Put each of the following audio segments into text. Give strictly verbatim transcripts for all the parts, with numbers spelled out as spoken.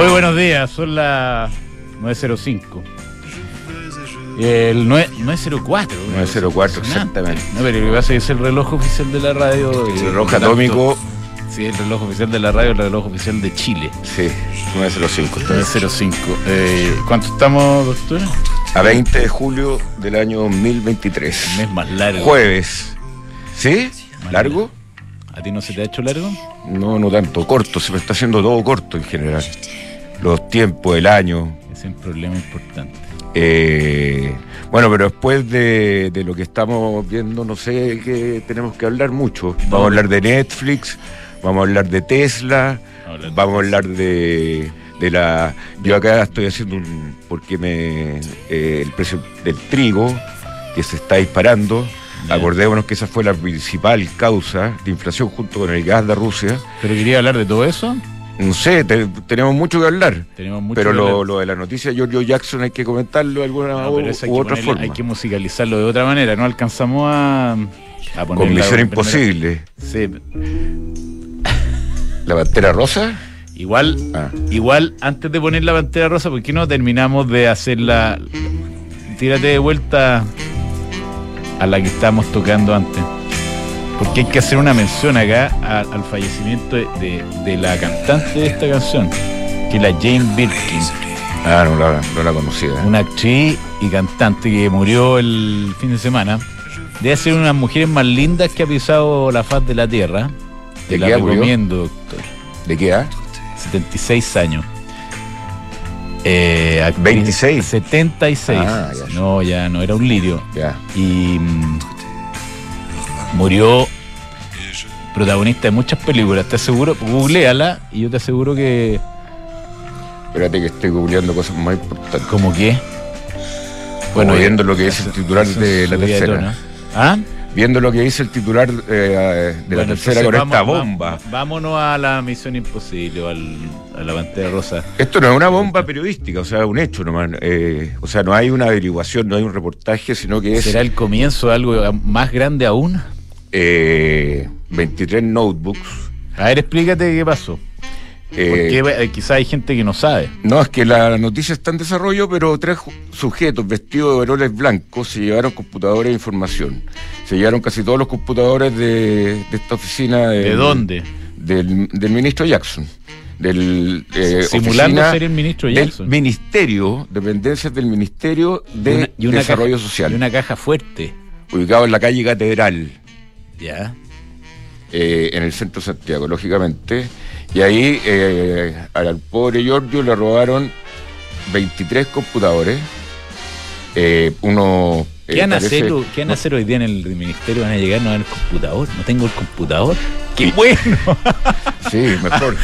Muy buenos días, son las nueve cero cinco. El nueve cero cuatro. nueve cero cuatro, exactamente. No, pero lo que pasa es que es el reloj oficial de la radio. El reloj atómico. Sí, el reloj oficial de la radio, el reloj oficial de Chile. Sí, nueve cero cinco. nueve cero cinco. Eh, ¿Cuánto estamos, doctor? A veinte de julio del año dos mil veintitrés. El mes más largo. Jueves. ¿Sí? ¿Largo? ¿A ti no se te ha hecho largo? No, no tanto. Corto, se me está haciendo todo corto en general. Los tiempos, el año. Ese es un problema importante. Eh, bueno, pero después de, de lo que estamos viendo, no sé qué tenemos que hablar mucho. Vamos no, a hablar de Netflix, vamos a hablar de Tesla, hablar de vamos a hablar de, de la... Yo acá estoy haciendo un... porque me eh, el precio del trigo, que se está disparando. Bien. Acordémonos que esa fue la principal causa de inflación junto con el gas de Rusia. ¿Pero quería hablar de todo eso? No sé, te, tenemos mucho que hablar. Tenemos mucho pero que lo, hablar. lo de la noticia de George Jackson hay que comentarlo de alguna no, u, u otra ponerla, forma. Hay que musicalizarlo de otra manera. No alcanzamos a, a poner. Con Misión Imposible. Sí. ¿La Pantera Rosa? Igual, ah. igual antes de poner la Pantera Rosa, ¿por qué no terminamos de hacer la... Tírate de vuelta a la que estábamos tocando antes? Porque hay que hacer una mención acá a, al fallecimiento de, de, de la cantante de esta canción, que es la Jane Birkin. Ah, no la, no la conocía. Una actriz y cantante que murió el fin de semana. Debe ser una de las mujeres más lindas que ha pisado la faz de la tierra. Te la recomiendo, murió? Doctor. ¿De qué edad? setenta y seis años. Eh, ¿veintiséis? setenta y seis. Ah, ya. No, ya no, era un lirio. Ya. Y mmm, murió protagonista de muchas películas. Te aseguro, googleala y yo te aseguro que... Espérate que estoy googleando cosas más importantes. ¿Cómo qué? Bueno, viendo lo que es el titular de la tercera. ¿Ah? Viendo lo que dice el titular eh, de bueno, la tercera con esta bomba. Vámonos a la Misión Imposible o al, a la Pantera Rosa. Esto no es una bomba periodística, o sea, un hecho nomás. Eh, o sea, no hay una averiguación, no hay un reportaje, sino que es... ¿Será el comienzo de algo más grande aún? Eh, veintitrés notebooks. A ver, explícate qué pasó. Eh, Porque quizás hay gente que no sabe. No, es que la noticia está en desarrollo, pero tres sujetos vestidos de overoles blancos se llevaron computadores de información. Se llevaron casi todos los computadores de, de esta oficina. De, ¿De dónde? Del, del ministro Jackson. Del, eh, Simulando ser el ministro Jackson. Del ministerio, dependencias del Ministerio de y una, y una Desarrollo caja, Social. Y una caja fuerte. Ubicado en la calle Catedral. Ya. Eh, en el centro de Santiago, lógicamente. Y ahí eh, al pobre Giorgio le robaron veintitrés computadores. Eh, uno. ¿Qué, eh, van parece, hacer, ¿Qué van a hacer hoy día en el ministerio? ¿Van a llegar no al computador? ¿No tengo el computador? ¡Qué sí. bueno! Sí, mejor.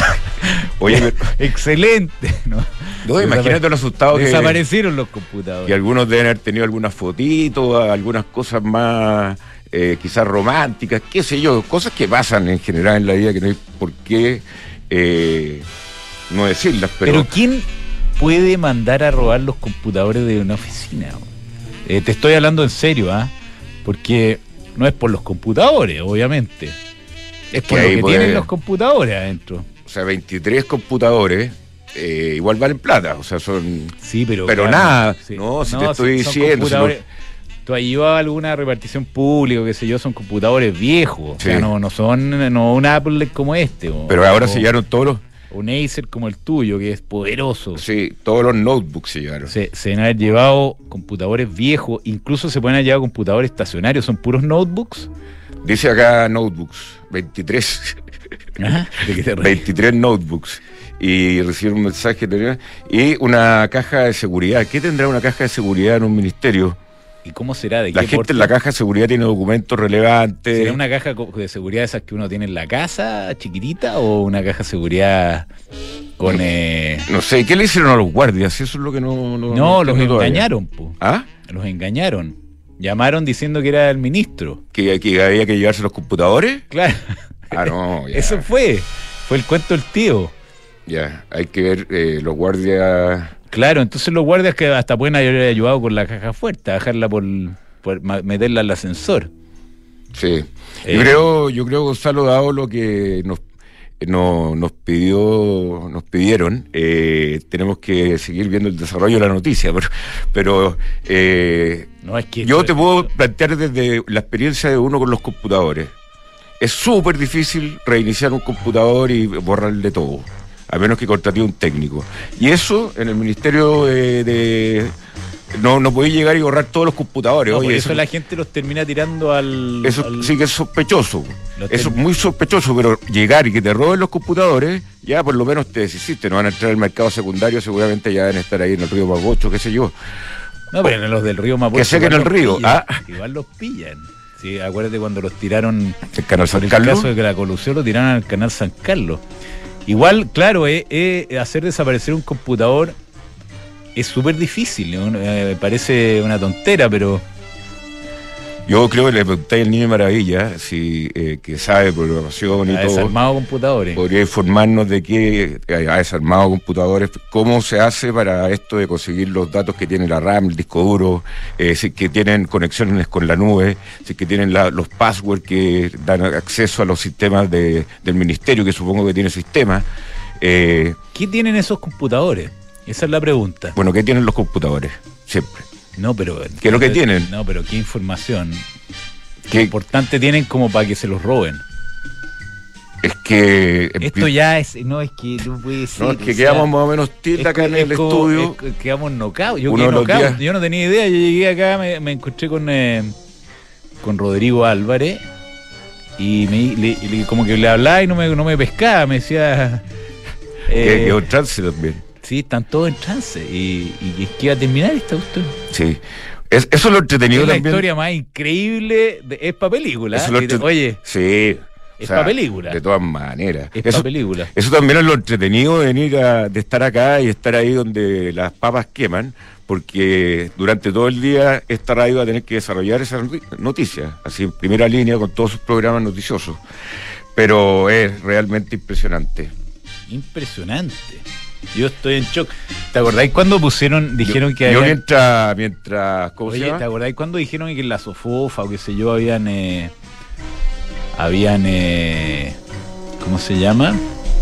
Oye, pero, excelente, ¿no? No, imagínate lo asustado que... Desaparecieron los computadores. Y algunos deben haber tenido algunas fotitos, algunas cosas más... Eh, quizás románticas, qué sé yo, cosas que pasan en general en la vida que no hay por qué eh, no decirlas. Pero... pero ¿quién puede mandar a robar los computadores de una oficina? Eh, te estoy hablando en serio, ¿ah? ¿eh? Porque no es por los computadores, obviamente. Es por que lo que puede... tienen los computadores adentro. O sea, veintitrés computadores eh, igual valen plata, o sea, son... Sí, pero... Pero claro, nada, sí. no, si no, te estoy son diciendo... Tú has llevado alguna repartición pública, qué sé yo, son computadores viejos, sí. O sea, no, no son no un Apple como este. O, pero ahora o, se llevaron todos los... Un Acer como el tuyo, que es poderoso. Sí, todos los notebooks se llevaron. Se, se deben haber llevado computadores viejos, incluso se pueden haber llevado computadores estacionarios, ¿son puros notebooks? Dice acá notebooks, veintitrés. ¿Ah? ¿De qué te ríes? veintitrés notebooks. Y recibieron un mensaje y una caja de seguridad. ¿Qué tendrá una caja de seguridad en un ministerio? ¿Y cómo será? ¿De la qué gente porte? En la caja de seguridad tiene documentos relevantes. ¿Será una caja de seguridad esas que uno tiene en la casa, chiquitita, o una caja de seguridad con... No, eh... no sé, ¿qué le hicieron a los guardias? Eso es lo que no... No, no, no los engañaron, po. ¿Ah? Los engañaron. Llamaron diciendo que era el ministro. ¿Que, que había que llevarse los computadores? Claro. Ah, no, ya. Eso fue. Fue el cuento del tío. Ya, hay que ver eh, los guardias... Claro, entonces los guardias que hasta pueden haber ayudado con la caja fuerte, a bajarla por, por meterla al ascensor. Sí. Eh, yo creo, yo creo, Gonzalo, dado lo que nos no, nos pidió, nos pidieron, eh, tenemos que seguir viendo el desarrollo de la noticia, pero, pero eh, no, es que yo esto, te puedo plantear desde la experiencia de uno con los computadores. Es súper difícil reiniciar un computador y borrarle todo, a menos que contrate un técnico. Y eso en el Ministerio de... de No, no podéis llegar y borrar todos los computadores. No, Oye, por eso, eso la gente los termina tirando al... Eso al... sí que es sospechoso. Lo Eso es term- muy sospechoso, pero llegar y que te roben los computadores, ya por lo menos te deshiciste. No van a entrar al mercado secundario, seguramente ya van a estar ahí en el río Mapocho, qué sé yo. No, pero en los del río Mapocho... Que sé que en el igual los río, pillan, ah. Igual los pillan. Sí, acuérdate cuando los tiraron... El canal Por San el Carlos. caso de que la colusión lo tiraron al canal San Carlos. Igual, claro, eh, eh, hacer desaparecer un computador es súper difícil, ¿no? Eh, parece una tontera, pero... Yo creo que le pregunté al Niño Maravilla, si, eh, que sabe programación y ha todo, desarmado computadores. podría informarnos de qué ha desarmado computadores, cómo se hace para esto de conseguir los datos que tiene la RAM, el disco duro, eh, si que tienen conexiones con la nube, si que tienen la, los passwords que dan acceso a los sistemas de, del ministerio, que supongo que tiene sistemas. Eh, ¿Qué tienen esos computadores? Esa es la pregunta. bueno, ¿qué tienen los computadores? Siempre. No, pero... ¿Qué es lo que tienen? No, pero ¿qué información? ¿Qué? ¿Qué importante tienen como para que se los roben? Es que... Esto ya es... No, es que no puede ser. No, es que o sea, quedamos más o menos tilde acá en el como- estudio. es- quedamos nocaut. Yo Uno quedé de los nocaut. días- Yo no tenía idea. Yo llegué acá, me, me encontré con, eh, con Rodrigo Álvarez y me, le- le- como que le hablaba y no me, no me pescaba. Me decía... Que eh, quedó en trance también. sí, están todos en trance. Y, y que iba a terminar esta cuestión. Sí. Es, eso es lo entretenido Es la también. historia más increíble. De, es para película. Eso es lo ¿eh? entre- Oye, Sí. es pa' película. De todas maneras. es Eso, para película. eso también es lo entretenido de venir a, de estar acá y estar ahí donde las papas queman, porque durante todo el día esta radio va a tener que desarrollar esas noti- noticias, así en primera línea con todos sus programas noticiosos. Pero es realmente impresionante. Impresionante. Yo estoy en shock. ¿Te acordáis cuando pusieron, dijeron yo, que yo habían- mientras, mientras, ¿cómo se Oye, llama? ¿te acordáis cuando dijeron que en la Sofofa o qué sé yo habían eh, habían eh, ¿cómo se llama?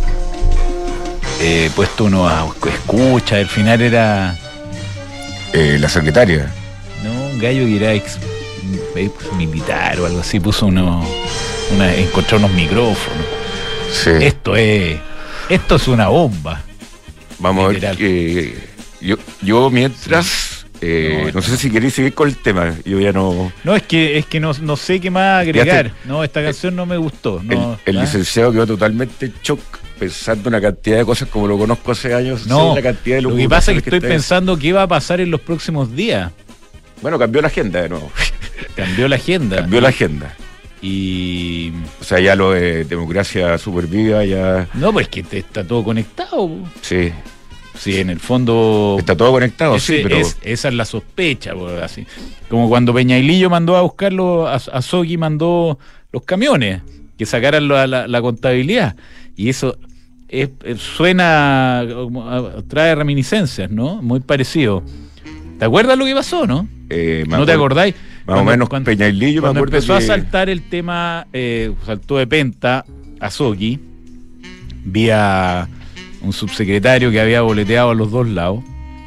Eh, puesto uno a escucha, al final era Eh, la secretaria. no un gallo que era ex, ex militar o algo así, puso uno una, encontró unos micrófonos. Sí. Esto es esto es una bomba. Vamos literal. a ver que yo, yo mientras eh, No, no, sé si queréis seguir con el tema. Yo ya no. No, es que es que no, no sé qué más agregar. No, esta canción no me gustó. No, el el ¿ah? licenciado quedó totalmente en shock pensando una cantidad de cosas como lo conozco hace años. No, sé la cantidad de lo que pasa es que locuraciones estoy está- pensando qué va a pasar en los próximos días. Bueno, cambió la agenda de nuevo. Cambió la agenda. Cambió la agenda. Y. O sea, ya lo de democracia super viva, ya. No, pues que te- está todo conectado. po. Sí. Sí, en el fondo. Está todo conectado, ese sí, pero. es- esa es la sospecha, po, así. Como cuando Peñailillo mandó a buscarlo, a, a Sogui mandó los camiones, que sacaran la, la- la contabilidad. Y eso es- es- suena, como a- trae reminiscencias, ¿no? Muy parecido. ¿Te acuerdas lo que pasó, no? eh, me ¿No te acuerdo- acordáis? Más o menos Peñailillo, me Cuando acuerdo empezó que- a saltar el tema, eh, saltó de Penta a Sogui, vía un subsecretario que había boleteado a los dos lados.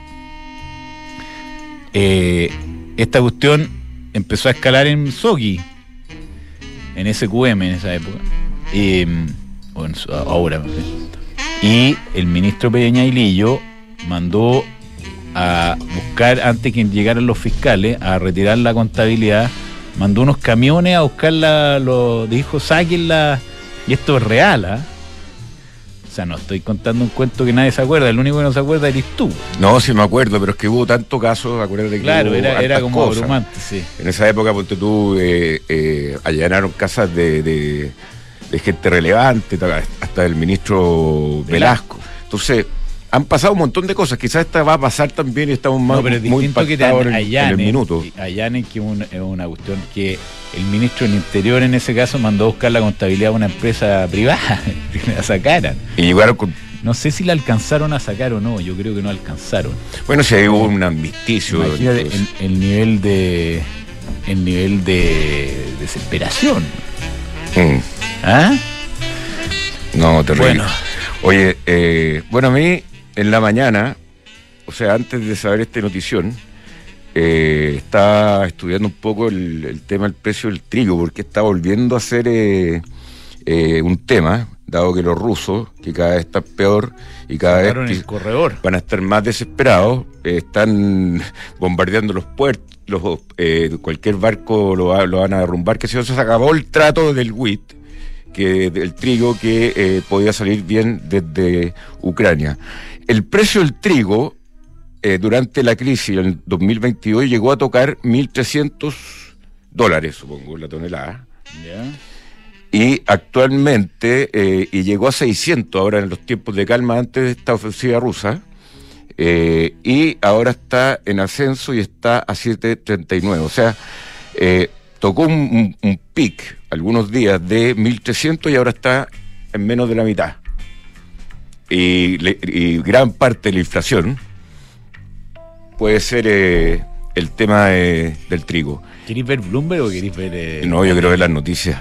Eh, esta cuestión empezó a escalar en Sogui, en S Q M en esa época, eh, o en su- ahora, no sé. Y el ministro Peñailillo mandó a buscar, antes que llegaran los fiscales, a retirar la contabilidad, mandó unos camiones a buscar la, lo, dijo, sáquenla, y esto es real, ¿ah? O sea, no estoy contando un cuento que nadie se acuerda, el único que no se acuerda eres tú. No, sí me acuerdo, pero es que hubo tantos casos, acuérdate que Claro, hubo era, era hartas como cosas. abrumante, sí. En esa época, ponte tú, eh, eh, allanaron casas de, de, de gente relevante, hasta del ministro Velasco. Entonces, han pasado un montón de cosas. Quizás esta va a pasar también y estamos más, No, pero es muy distinto que te impactados en, el- en el allanen, minuto. allanen, que un- es una cuestión que el ministro del Interior en ese caso mandó a buscar la contabilidad a una empresa privada, que la sacaran. Y llegaron con... No sé si la alcanzaron a sacar o no, yo creo que no alcanzaron. Bueno, si ahí hubo un amnisticio. Imagínate entonces. el, el nivel de el nivel de desesperación. Mm. ¿Ah? No, terrible. Bueno. Oye, eh, bueno, a mí en la mañana, o sea, antes de saber esta notición, eh, estaba estudiando un poco el, el tema del precio del trigo, porque está volviendo a ser eh, eh, un tema, dado que los rusos, que cada vez están peor y cada vez el corredor. van a estar más desesperados, eh, están bombardeando los puertos, los, eh, cualquier barco lo, lo van a derrumbar, que se acabó el trato del wheat, que del trigo que eh, podía salir bien desde Ucrania. El precio del trigo eh, durante la crisis en dos mil veintidós llegó a tocar mil trescientos dólares, supongo, la tonelada. Ya. Y actualmente, eh, y llegó a seiscientos ahora en los tiempos de calma antes de esta ofensiva rusa, eh, y ahora está en ascenso y está a siete treinta y nueve. O sea, eh, tocó un, un, un pic algunos días de mil trescientos y ahora está en menos de la mitad. Y, le, y gran parte de la inflación puede ser eh, el tema de, del trigo. ¿Queréis ver Bloomberg o queréis ver...? Eh... No, yo quiero ver las noticias.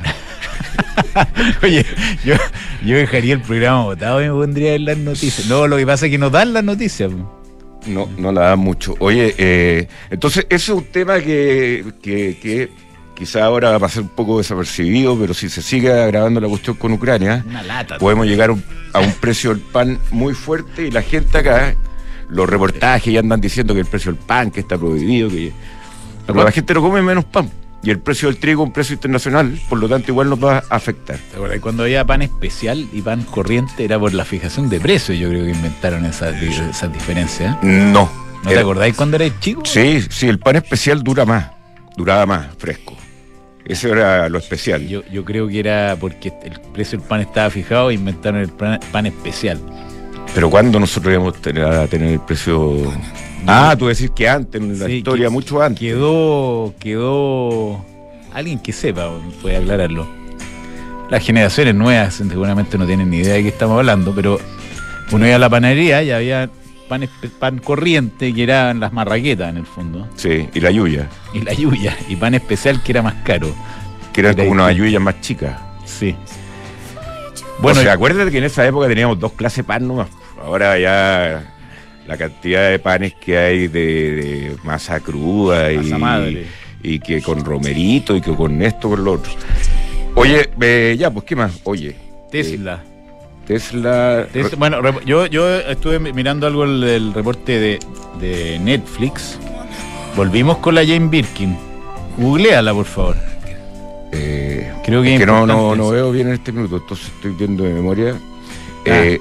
Oye, yo, yo dejaría el programa votado y me pondría a ver las noticias. No, lo que pasa es que nos dan las noticias. No, no la dan mucho. Oye, eh, entonces ese es un tema que, que, que quizá ahora va a pasar un poco desapercibido, pero si se sigue agravando la cuestión con Ucrania, una lata, podemos llegar a un, a un precio del pan muy fuerte y la gente acá, los reportajes ya andan diciendo que el precio del pan que está prohibido, que pero la gente no come menos pan. Y el precio del trigo, un precio internacional, por lo tanto igual nos va a afectar. ¿Te acuerdas? Cuando había pan especial y pan corriente era por la fijación de precios, yo creo que inventaron esas esa diferencias. No. ¿No te acordáis cuando erais chico? Sí, sí, el pan especial dura más, duraba más, fresco. Eso era lo especial. Yo, yo creo que era porque el precio del pan estaba fijado e inventaron el pan, pan especial. Pero ¿cuándo nosotros íbamos a tener, a tener el precio...? Ah, tú decís que antes, en la sí, historia, que, mucho antes. Quedó, quedó... Alguien que sepa puede aclararlo. Las generaciones nuevas seguramente no tienen ni idea de qué estamos hablando, pero uno iba a la panadería y había pan, pan corriente, que eran las marraquetas en el fondo. Sí, y la yuya. Y la yuya, y pan especial que era más caro. Que eran como unas yuyas más chicas. Sí. Bueno, o sea, acuérdate que en esa época teníamos dos clases de pan nomás. Ahora ya... la cantidad de panes que hay de, de masa cruda y, madre. y que con romerito y que con esto, con lo otro. Oye, eh, ya, pues, ¿qué más? Oye. Tesla. Eh, Tesla... Tesla. Bueno, yo, yo estuve mirando algo del, del reporte de, de Netflix. Volvimos con la Jane Birkin. Googleala, por favor. Eh, Creo que, es que no, no, no veo bien en este minuto, entonces estoy viendo de memoria. Ah. Eh,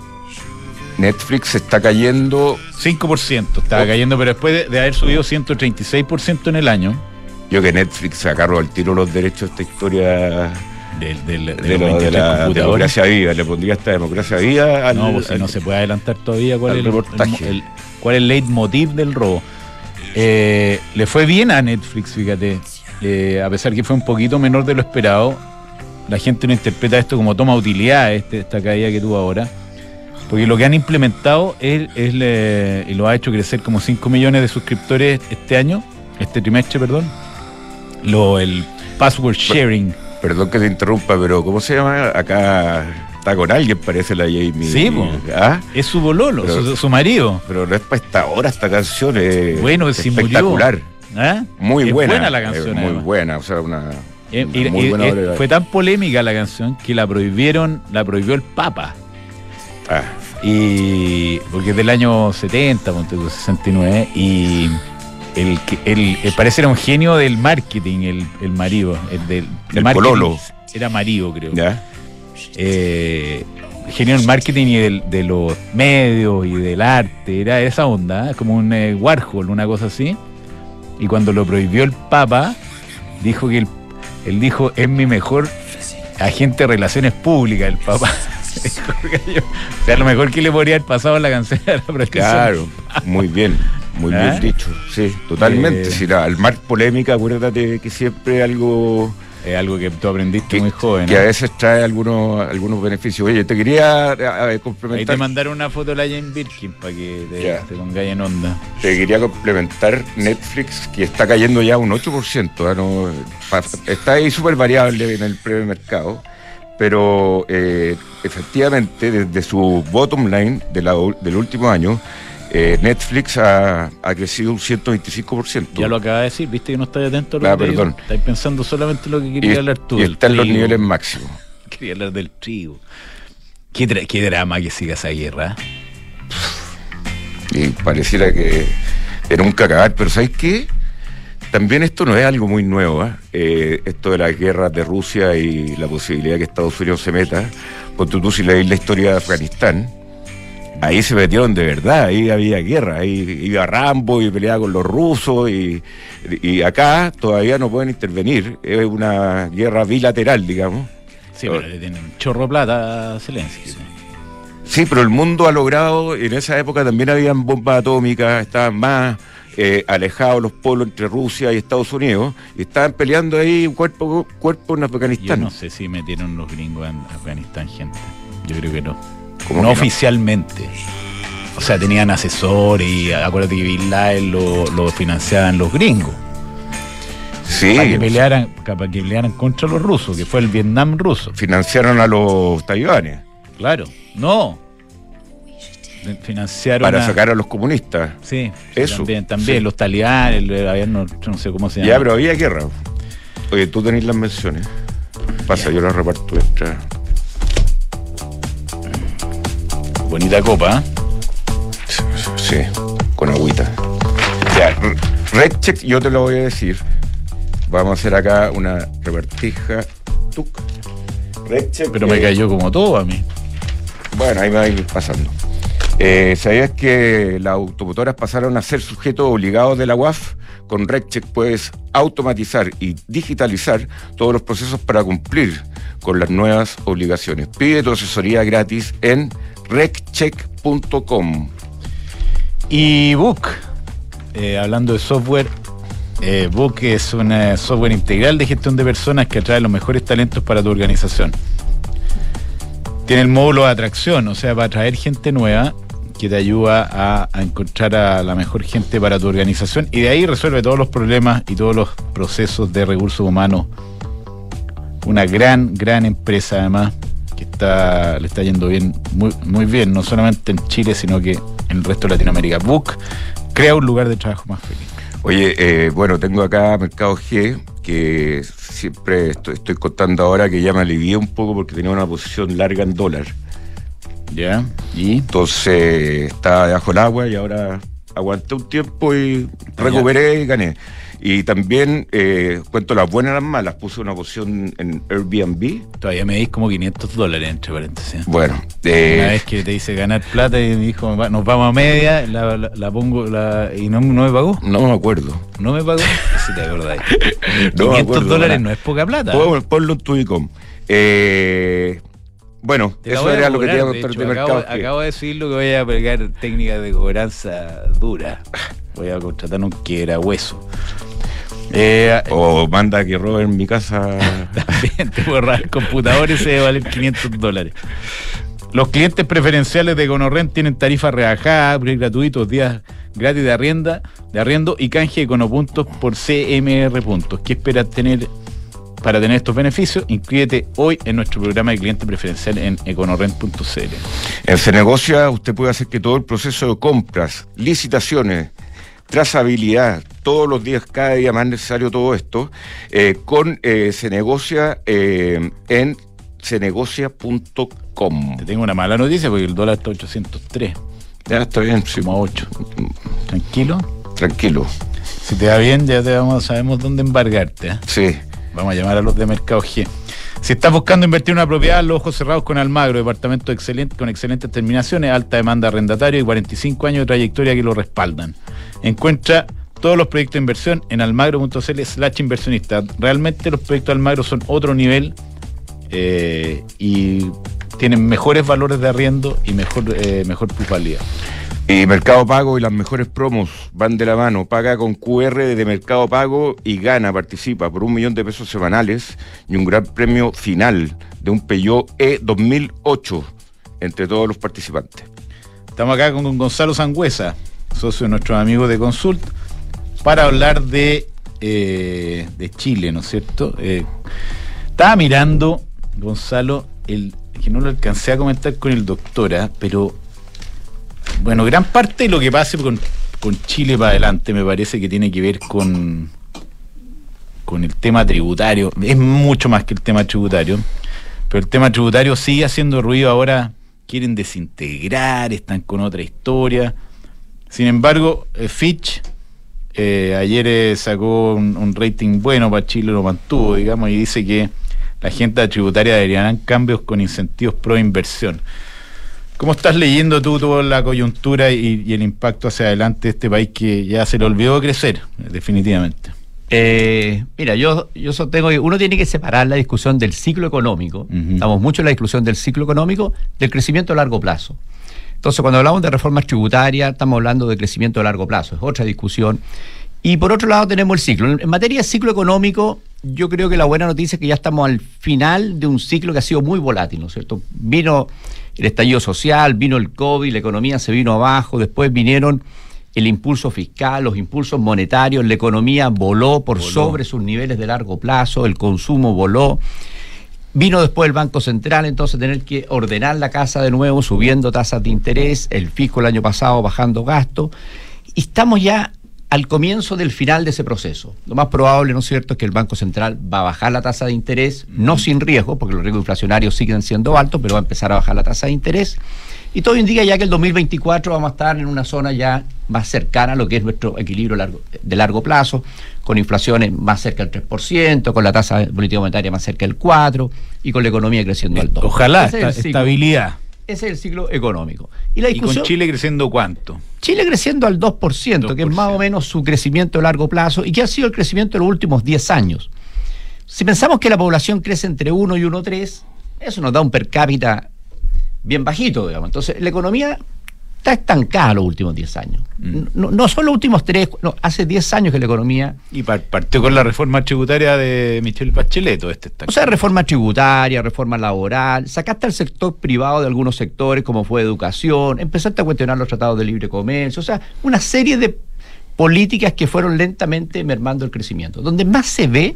Netflix se está cayendo... cinco por ciento estaba oh. cayendo, pero después de, de haber subido ciento treinta y seis por ciento en el año. Yo que Netflix se agarró al tiro los derechos de esta historia... Del, del, del, de, lo, de la democracia viva. Le pondría esta democracia viva al... No, pues si no se puede adelantar todavía cuál es el, reportaje. El, el, cuál es el leitmotiv del robo. Eh, le fue bien a Netflix, fíjate. Eh, a pesar que fue un poquito menor de lo esperado. La gente no interpreta esto como toma utilidad, este, esta caída que tuvo ahora. Porque lo que han implementado es, es le, y lo ha hecho crecer como cinco millones de suscriptores este año, este trimestre, perdón, lo, el password sharing. Perdón que te interrumpa, pero ¿cómo se llama? Acá está con alguien, parece la Jamie. Sí, ¿ah? Es su bololo, pero, su, su marido. Pero no es para esta hora esta canción, es bueno, es espectacular. ¿Ah? Muy es buena. buena la canción. Muy además. buena, o sea, una... Eh, una y, muy y, buena eh, fue tan polémica la canción que la prohibieron, la prohibió el Papa. Ah. Y porque es del año setenta, sesenta y nueve, y el que el, el parece era un genio del marketing, el, el marido, el del el pololo. Era marido, creo. ¿Ya? Eh, genio del marketing y del, de los medios y del arte, era esa onda, ¿eh? Como un eh, Warhol, una cosa así. Y cuando lo prohibió el Papa, dijo que el, él dijo, es mi mejor agente de relaciones públicas, el Papa. O sea, lo mejor que le podría haber pasado a la canción era la protección. Claro, muy bien, muy ¿Ah? bien dicho. Sí, totalmente. Eh, si la, al mar polémica, acuérdate que siempre algo... Es algo que tú aprendiste que, muy joven. Que ¿no? a veces trae algunos, algunos beneficios. Oye, te quería a ver, complementar... Ahí te mandaron una foto de la Jane Birkin para que te, yeah. te pongáis en onda. Te quería complementar Netflix, que está cayendo ya un ocho por ciento. ¿eh? No, está ahí súper variable en el premercado. pero eh, efectivamente desde su bottom line de la, del último año, eh, Netflix ha, ha crecido un ciento veinticinco por ciento. Ya lo acaba de decir, viste que no estás atento a lo ah, que perdón. Estás pensando solamente lo que quería y, hablar tú. Y está en los niveles máximos. Quería hablar del trigo. ¿Qué, tra- qué drama que siga esa guerra? Y pareciera que era un cacabar, pero ¿sabes qué? También esto no es algo muy nuevo, ¿eh? Eh, esto de las guerras de Rusia y la posibilidad de que Estados Unidos se meta. Porque tú, si leís la historia de Afganistán, ahí se metieron de verdad, ahí había guerra, ahí iba Rambo y peleaba con los rusos, y, y acá todavía no pueden intervenir, es una guerra bilateral, digamos. Sí, pero le tienen un chorro de plata a Zelensky. ¿Sí? Sí, pero el mundo ha logrado, en esa época también habían bombas atómicas, estaban más eh, alejados los polos entre Rusia y Estados Unidos, y estaban peleando ahí cuerpo a cuerpo en Afganistán. Yo no sé si metieron los gringos en Afganistán, gente. Yo creo que no. ¿Cómo No que no? Oficialmente. O sea, tenían asesores y acuérdate que Bin Laden lo, lo financiaban los gringos. Sí. Para que pelearan, para que pelearan contra los rusos, que fue el Vietnam ruso. Financiaron a los talibanes. Claro, no. Financiaron para a... sacar a los comunistas. Sí, eso. También, también sí. Los talibanes, no, no sé cómo se llama. Ya, pero había guerra. Oye, tú tenés las menciones. Pasa, ya. Yo las reparto extra. Bonita copa, ¿eh? Sí, con agüita. Ya, RedCheck, yo te lo voy a decir. Vamos a hacer acá una repartija. Tuc. RedCheck. Pero me eh, cayó como todo a mí. Bueno, ahí me va a ir pasando. Eh, ¿Sabías que las automotoras pasaron a ser sujetos obligados de la U A F? Con RedCheck puedes automatizar y digitalizar todos los procesos para cumplir con las nuevas obligaciones. Pide tu asesoría gratis en redcheck punto com. Y Book, eh, hablando de software, eh, Book es un eh, software integral de gestión de personas que atrae los mejores talentos para tu organización. Tiene el módulo de atracción, o sea, para atraer gente nueva que te ayuda a, a encontrar a la mejor gente para tu organización, y de ahí resuelve todos los problemas y todos los procesos de recursos humanos. Una gran, gran empresa además, que está le está yendo bien, muy, muy bien, no solamente en Chile, sino que en el resto de Latinoamérica. Book crea un lugar de trabajo más feliz. Oye, eh, bueno, tengo acá Mercado G, que siempre estoy, estoy contando ahora que ya me alivié un poco porque tenía una posición larga en dólar. ¿Ya? ¿Y? Entonces estaba debajo del agua y ahora aguanté un tiempo y recuperé y gané. Y también eh, cuento las buenas y las malas. Puse una posición en Airbnb. Todavía me dis como quinientos dólares, entre paréntesis. Bueno. Eh, una vez que te dice ganar plata y me dijo, nos vamos a media, la, la, la pongo la, y no, no me pagó. No me acuerdo. No me pagó. Si te acordáis. No quinientos dólares no es poca plata. Ponlo, ponlo en tu icom. Eh... Bueno, eso era lo que te iba a contar de, de mercado. Acabo, acabo de decirlo que voy a pegar técnicas de cobranza dura. Voy a contratar un quiebra hueso. Eh, o manda a que roben mi casa. También te puedo robar computadores y se debe valer quinientos dólares. Los clientes preferenciales de EconoRent tienen tarifas rebajadas, upgrade gratuitos, días gratis de arrienda, de arriendo y canje de Econopuntos por C M R puntos. ¿Qué esperas tener para tener estos beneficios? Inscríbete hoy en nuestro programa de cliente preferencial en econorent punto c l. En Cenegocia usted puede hacer que todo el proceso de compras, licitaciones, trazabilidad, todos los días, cada día más necesario todo esto, eh, con eh, Cenegocia eh, en cenegocia punto com. Te tengo una mala noticia porque el dólar está a ochocientos tres. Ya está bien, sí. Como a ocho. ¿Tranquilo? Tranquilo. Si te va bien, ya te vamos, sabemos dónde embargarte, ¿eh? Sí. Vamos a llamar a los de Mercado G. Si estás buscando invertir en una propiedad, los ojos cerrados con Almagro, departamento excelente, con excelentes terminaciones, alta demanda arrendatario y cuarenta y cinco años de trayectoria que lo respaldan. Encuentra todos los proyectos de inversión en almagro punto c l slash inversionista. Realmente los proyectos de Almagro son otro nivel eh, y tienen mejores valores de arriendo y mejor, eh, mejor plusvalía. Y Mercado Pago y las mejores promos van de la mano. Paga con Q R de Mercado Pago y gana, participa por un millón de pesos semanales y un gran premio final de un Peugeot E dos mil ocho entre todos los participantes. Estamos acá con Gonzalo Sangüesa, socio de nuestros amigos de Consult, para hablar de, eh, de Chile, ¿no es cierto? Eh, estaba mirando Gonzalo, el que no lo alcancé a comentar con el doctor, ¿eh? Pero bueno, gran parte de lo que pase con, con Chile para adelante me parece que tiene que ver con, con el tema tributario. Es mucho más que el tema tributario, pero el tema tributario sigue haciendo ruido ahora. Quieren desintegrar, están con otra historia. Sin embargo, eh, Fitch eh, ayer eh, sacó un, un rating bueno para Chile, lo mantuvo, digamos, y dice que la agenda tributaria deberían cambios con incentivos pro inversión. ¿Cómo estás leyendo tú toda la coyuntura y, y el impacto hacia adelante de este país que ya se le olvidó crecer, definitivamente? Eh, mira, yo, yo sostengo que uno tiene que separar la discusión del ciclo económico, uh-huh. Estamos mucho en la discusión del ciclo económico, del crecimiento a largo plazo. Entonces, cuando hablamos de reformas tributarias, estamos hablando de crecimiento a largo plazo, es otra discusión. Y por otro lado tenemos el ciclo. En materia de ciclo económico, yo creo que la buena noticia es que ya estamos al final de un ciclo que ha sido muy volátil, ¿no es cierto? Vino el estallido social, vino el COVID, la economía se vino abajo, después vinieron el impulso fiscal, los impulsos monetarios, la economía voló por voló. sobre sus niveles de largo plazo, el consumo voló. Vino después el Banco Central, entonces tener que ordenar la casa de nuevo, subiendo tasas de interés, el fisco el año pasado bajando gastos, y estamos ya al comienzo del final de ese proceso. Lo más probable, ¿no es cierto?, es que el Banco Central va a bajar la tasa de interés, no sin riesgo, porque los riesgos inflacionarios siguen siendo altos, pero va a empezar a bajar la tasa de interés, y todo indica ya que el dos mil veinticuatro vamos a estar en una zona ya más cercana a lo que es nuestro equilibrio largo, de largo plazo, con inflaciones más cerca del tres por ciento, con la tasa de política monetaria más cerca del cuatro por ciento y con la economía creciendo al dos por ciento. Ojalá, esta, estabilidad. Ese es el ciclo económico. ¿Y, la discusión, ¿Y con Chile creciendo cuánto? Chile creciendo al dos por ciento, dos por ciento, que es más o menos su crecimiento a largo plazo y que ha sido el crecimiento de los últimos diez años. Si pensamos que la población crece entre uno y uno coma tres, eso nos da un per cápita bien bajito, digamos. Entonces, la economía está estancada los últimos diez años. Mm. No, no son los últimos tres, no, hace diez años que la economía... Y partió con la reforma tributaria de Michelle Bachelet, todo este estancado. O sea, reforma tributaria, reforma laboral, sacaste al sector privado de algunos sectores, como fue educación, empezaste a cuestionar los tratados de libre comercio, o sea, una serie de políticas que fueron lentamente mermando el crecimiento. Donde más se ve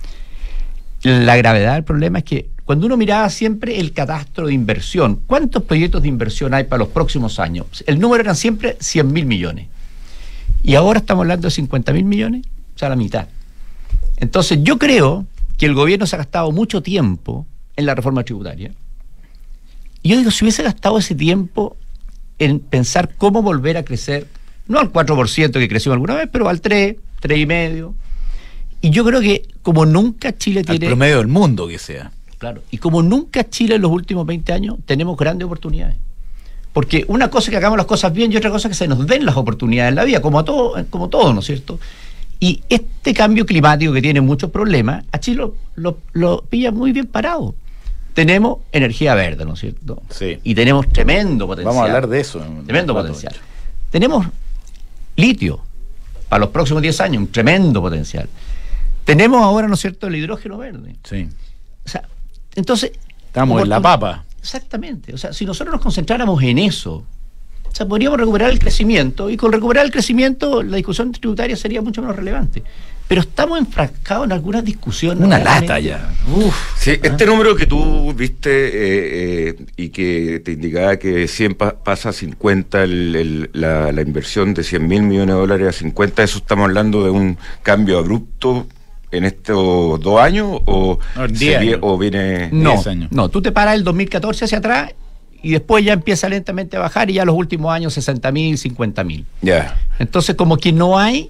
la gravedad del problema es que cuando uno miraba siempre el catastro de inversión, ¿cuántos proyectos de inversión hay para los próximos años? El número eran siempre cien mil millones. Y ahora estamos hablando de cincuenta mil millones, o sea, la mitad. Entonces, yo creo que el gobierno se ha gastado mucho tiempo en la reforma tributaria. Y yo digo, si hubiese gastado ese tiempo en pensar cómo volver a crecer, no al cuatro por ciento que creció alguna vez, pero al tres, tres y medio. Y yo creo que como nunca Chile tiene... Al promedio del mundo que sea. Claro, y como nunca Chile en los últimos veinte años tenemos grandes oportunidades. Porque una cosa es que hagamos las cosas bien y otra cosa es que se nos den las oportunidades en la vida, como a todo, como todo, ¿no es cierto? Y este cambio climático que tiene muchos problemas, a Chile lo, lo, lo pilla muy bien parado. Tenemos energía verde, ¿no es cierto? Sí. Y tenemos tremendo potencial. Vamos a hablar de eso. Tremendo potencial. Tenemos litio para los próximos diez años, un tremendo potencial. Tenemos ahora, ¿no es cierto?, el hidrógeno verde. Sí. O sea, entonces... Estamos en la papa. Exactamente. O sea, si nosotros nos concentráramos en eso, o sea, podríamos recuperar el crecimiento, y con recuperar el crecimiento la discusión tributaria sería mucho menos relevante. Pero estamos enfrascados en algunas discusiones. Una lata ya. Uf. Sí, ¿ah? Este número que tú viste eh, eh, y que te indicaba que cien pa- pasa a cincuenta, el, el, la, la inversión de cien mil millones de dólares a cincuenta, ¿eso estamos hablando de un cambio abrupto en estos dos años o, no, se vie, o viene no, diez años? No, tú te paras el dos mil catorce hacia atrás y después ya empieza lentamente a bajar y ya los últimos años sesenta mil, cincuenta mil. Ya. Entonces como que no hay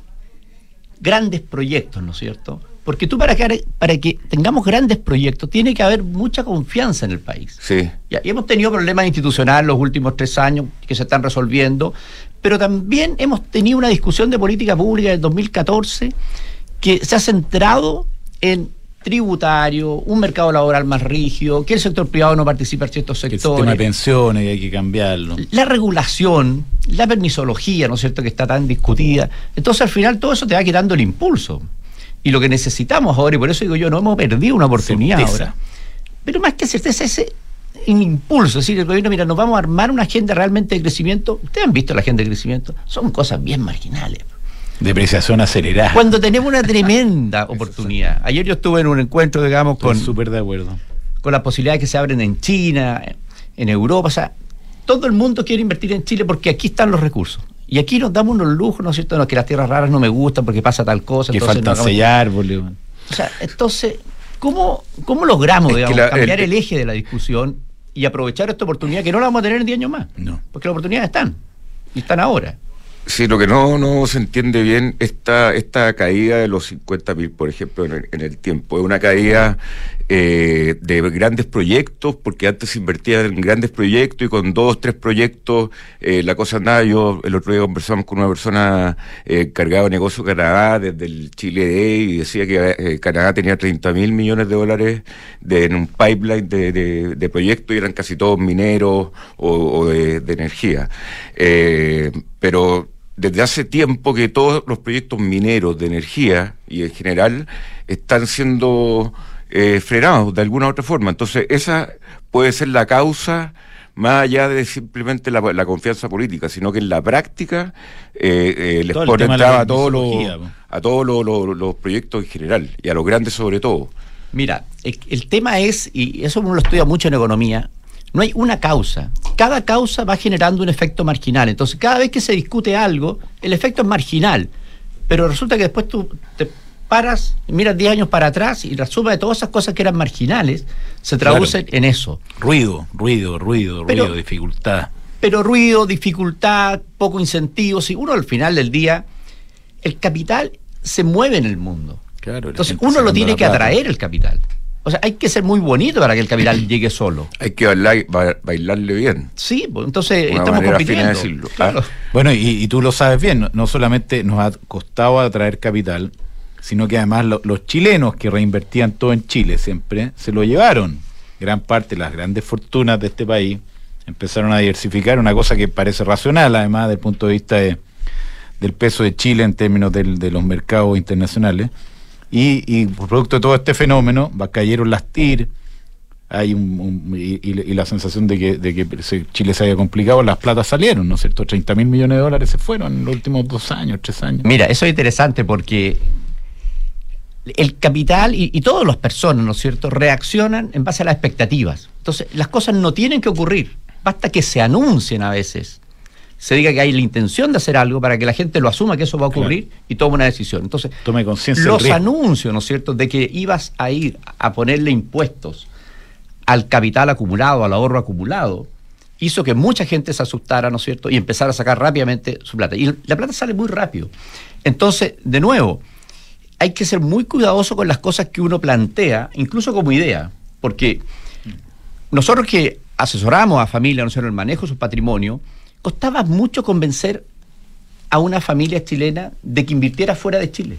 grandes proyectos, ¿no es cierto? Porque tú para que, para que tengamos grandes proyectos tiene que haber mucha confianza en el país. Sí. Ya, y hemos tenido problemas institucionales los últimos tres años que se están resolviendo, pero también hemos tenido una discusión de política pública del dos mil catorce que se ha centrado en tributario, un mercado laboral más rígido, que el sector privado no participe en ciertos sectores. El sistema de pensiones y hay que cambiarlo. La regulación, la permisología, ¿no es cierto?, que está tan discutida. Entonces, al final, todo eso te va quitando el impulso. Y lo que necesitamos ahora, y por eso digo yo, no hemos perdido una oportunidad certeza. Ahora. Pero más que certeza, ese impulso, es decir, el gobierno, mira, nos vamos a armar una agenda realmente de crecimiento. Ustedes han visto la agenda de crecimiento, son cosas bien marginales. Depreciación acelerada. Cuando tenemos una tremenda oportunidad. Ayer yo estuve en un encuentro, digamos, con... súper de acuerdo. con las posibilidades que se abren en China, en Europa. O sea, todo el mundo quiere invertir en Chile porque aquí están los recursos. Y aquí nos damos unos lujos, ¿no es cierto? No, que las tierras raras no me gustan porque pasa tal cosa. Que faltan no seis árboles. O sea, entonces, ¿cómo, cómo logramos, es digamos, la, cambiar el, el eje de la discusión y aprovechar esta oportunidad que no la vamos a tener en diez años más? No. Porque las oportunidades están. Y están ahora. Sí, lo que no, no se entiende bien, esta, esta caída de los cincuenta mil, por ejemplo, en el, en el tiempo, es una caída eh, de grandes proyectos, porque antes se invertía en grandes proyectos y con dos, tres proyectos eh, la cosa andaba. Yo el otro día conversamos con una persona eh, encargada de negocio de Canadá, desde el Chile Day, y decía que eh, Canadá tenía treinta mil millones de dólares de, en un pipeline de, de, de proyectos, y eran casi todos mineros o, o de, de energía. Eh, pero desde hace tiempo que todos los proyectos mineros de energía y en general están siendo eh, frenados de alguna u otra forma. Entonces esa puede ser la causa, más allá de simplemente la, la confianza política, sino que en la práctica eh, eh, les pone entrada a todos los a todos los, los, los proyectos en general y a los grandes sobre todo. Mira, el, el tema es, y eso uno lo estudia mucho en economía, no hay una causa. Cada causa va generando un efecto marginal. Entonces, cada vez que se discute algo, el efecto es marginal. Pero resulta que después tú te paras, miras diez años para atrás y la suma de todas esas cosas que eran marginales se traducen claro. en eso. Ruido, ruido, ruido, pero, ruido, dificultad. Pero ruido, dificultad, poco incentivo. Si uno al final del día, el capital se mueve en el mundo. Claro, entonces uno lo tiene que atraer el capital. O sea, hay que ser muy bonito para que el capital llegue solo. Hay que bailar, bailarle bien. Sí, pues entonces una estamos compitiendo. Decirlo. Claro. Ah, bueno, y, y tú lo sabes bien, no, no solamente nos ha costado atraer capital, sino que además lo, los chilenos que reinvertían todo en Chile siempre, se lo llevaron. Gran parte de las grandes fortunas de este país empezaron a diversificar, una cosa que parece racional, además, desde el punto de vista de, del peso de Chile en términos del, de los mercados internacionales. Y, y por producto de todo este fenómeno, va, cayeron las T I R, hay un, un y, y la sensación de que, de que Chile se haya complicado, las platas salieron, ¿no es cierto? treinta mil millones de dólares se fueron en los últimos dos años, tres años. Mira, eso es interesante porque el capital y, y todas las personas, ¿no es cierto?, reaccionan en base a las expectativas. Entonces, las cosas no tienen que ocurrir, basta que se anuncien a veces, se diga que hay la intención de hacer algo para que la gente lo asuma que eso va a ocurrir, claro, y tome una decisión. Entonces, tome conciencia los del riesgo. Anuncios, ¿no es cierto?, de que ibas a ir a ponerle impuestos al capital acumulado, al ahorro acumulado, hizo que mucha gente se asustara, ¿no es cierto?, y empezara a sacar rápidamente su plata. Y la plata sale muy rápido. Entonces, de nuevo, hay que ser muy cuidadoso con las cosas que uno plantea, incluso como idea, porque nosotros que asesoramos a familias, ¿no es cierto?, el manejo de su patrimonio, costaba mucho convencer a una familia chilena de que invirtiera fuera de Chile,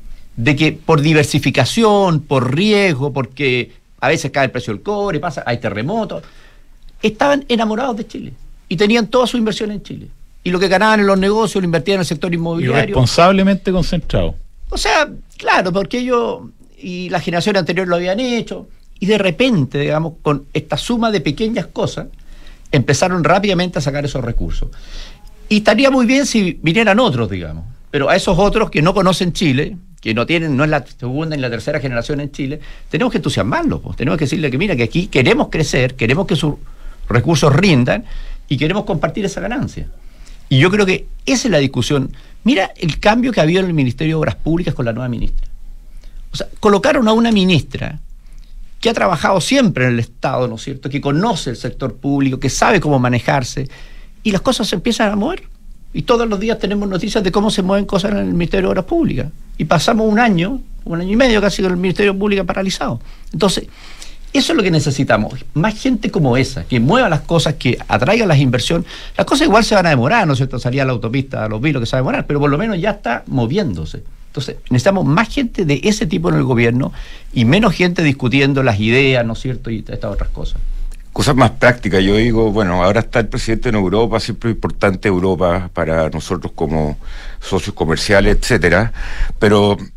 de que por diversificación, por riesgo, porque a veces cae el precio del cobre, pasa, hay terremotos, estaban enamorados de Chile y tenían toda su inversión en Chile. Y lo que ganaban en los negocios lo invertían en el sector inmobiliario. Y responsablemente concentrado. O sea, claro, porque ellos y la generación anterior lo habían hecho, y de repente, digamos, con esta suma de pequeñas cosas, empezaron rápidamente a sacar esos recursos. Y estaría muy bien si vinieran otros, digamos, pero a esos otros que no conocen Chile, que no tienen, no es la segunda ni la tercera generación en Chile, tenemos que entusiasmarlos, pues. Tenemos que decirle que mira, que aquí queremos crecer, queremos que sus recursos rindan y queremos compartir esa ganancia. Y yo creo que esa es la discusión. Mira el cambio que ha habido en el Ministerio de Obras Públicas con la nueva ministra. O sea, colocaron a una ministra que ha trabajado siempre en el Estado, ¿no es cierto?, que conoce el sector público, que sabe cómo manejarse, y las cosas se empiezan a mover. Y todos los días tenemos noticias de cómo se mueven cosas en el Ministerio de Obras Públicas. Y pasamos un año, un año y medio casi con el Ministerio Público paralizado. Entonces, eso es lo que necesitamos. Más gente como esa, que mueva las cosas, que atraiga las inversiones. Las cosas igual se van a demorar, ¿no es cierto? Salir a la autopista, a los vilos que se va a demorar, pero por lo menos ya está moviéndose. Entonces, necesitamos más gente de ese tipo en el gobierno y menos gente discutiendo las ideas, ¿no es cierto?, y estas otras cosas. Cosas más prácticas. Yo digo, bueno, ahora está el presidente en Europa, siempre es importante Europa para nosotros como socios comerciales, etcétera, pero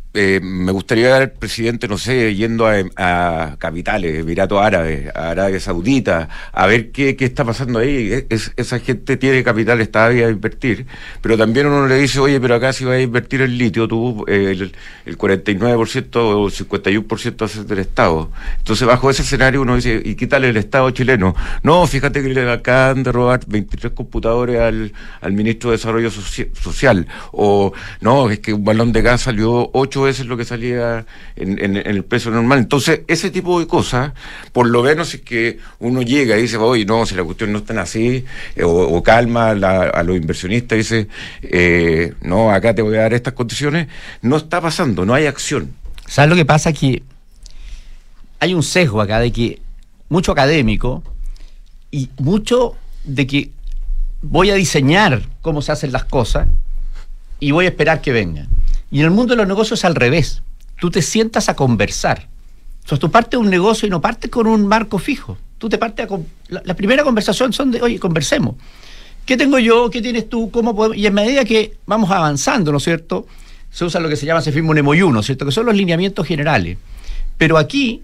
Eh, me gustaría ver al presidente, no sé, yendo a, a capitales, Emiratos Árabes, a Arabia Saudita, a ver qué, qué está pasando ahí. Es, esa gente tiene capitales todavía a invertir, pero también uno le dice, oye, pero acá si vas a invertir en litio, tú eh, el, el cuarenta y nueve por ciento o el cincuenta y uno por ciento haces del Estado. Entonces, bajo ese escenario uno dice, ¿y qué tal el Estado chileno? No, fíjate que le acaban de robar veintitrés computadores al, al ministro de Desarrollo Soci- Social, o no, es que un balón de gas salió ocho veces lo que salía en, en, en el precio normal. Entonces, ese tipo de cosas, por lo menos es que uno llega y dice, oye, no, si la cuestión no es tan así, eh, o, o calma la, a los inversionistas y dice, eh, no, acá te voy a dar estas condiciones, no está pasando, no hay acción. ¿Sabes lo que pasa? Que hay un sesgo acá de que mucho académico y mucho de que voy a diseñar cómo se hacen las cosas y voy a esperar que vengan. Y en el mundo de los negocios es al revés. Tú te sientas a conversar. Entonces tú partes de un negocio y no partes con un marco fijo. Tú te partes a... Con... La, la primera conversación son de, oye, conversemos. ¿Qué tengo yo? ¿Qué tienes tú? ¿Cómo podemos? Y en medida que vamos avanzando, ¿no es cierto? Se usa lo que se llama, se firma un M O U, ¿no es cierto? Que son los lineamientos generales. Pero aquí,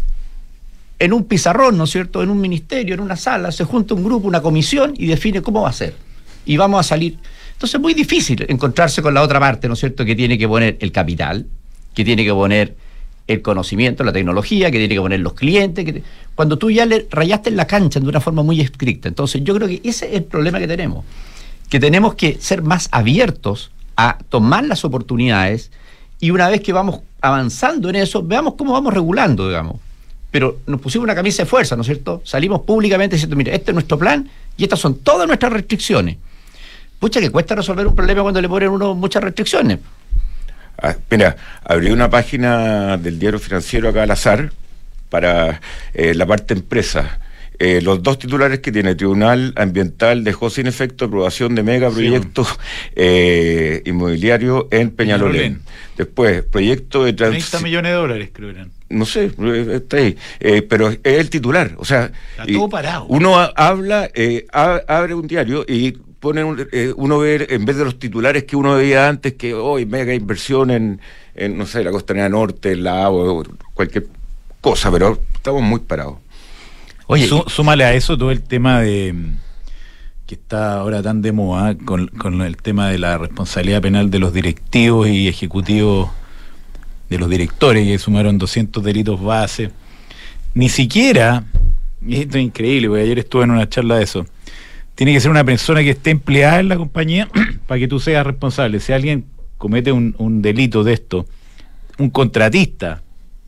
en un pizarrón, ¿no es cierto? En un ministerio, en una sala, se junta un grupo, una comisión y define cómo va a ser. Y vamos a salir... Entonces es muy difícil encontrarse con la otra parte, ¿no es cierto?, que tiene que poner el capital, que tiene que poner el conocimiento, la tecnología, que tiene que poner los clientes, que te... cuando tú ya le rayaste en la cancha de una forma muy estricta. Entonces yo creo que ese es el problema que tenemos, que tenemos que ser más abiertos a tomar las oportunidades y una vez que vamos avanzando en eso, veamos cómo vamos regulando, digamos. Pero nos pusimos una camisa de fuerza, ¿no es cierto? Salimos públicamente diciendo, mira, este es nuestro plan y estas son todas nuestras restricciones. Pucha, que cuesta resolver un problema cuando le ponen uno muchas restricciones. Ah, mira, abrí una página del Diario Financiero acá al azar para eh, la parte empresa. Eh, los dos titulares que tiene: Tribunal Ambiental dejó sin efecto aprobación de megaproyecto sí. eh, inmobiliario en Peñalolén. Peñalolén. Después, proyecto de trans... treinta millones de dólares, creo que eran. No sé, está ahí. Eh, pero es el titular. O sea, está todo parado. Uno habla, eh, abre un diario y pone un, eh, uno ve, en vez de los titulares que uno veía antes, que hoy oh, mega inversión en, en, no sé, la Costanera Norte, la agua, cualquier cosa, pero estamos muy parados. Oye, Sú, súmale a eso todo el tema de que está ahora tan de moda con, con el tema de la responsabilidad penal de los directivos y ejecutivos, de los directores, que sumaron doscientos delitos base. Ni siquiera, y esto es increíble, porque ayer estuve en una charla de eso, tiene que ser una persona que esté empleada en la compañía para que tú seas responsable. Si alguien comete un, un delito de esto, un contratista,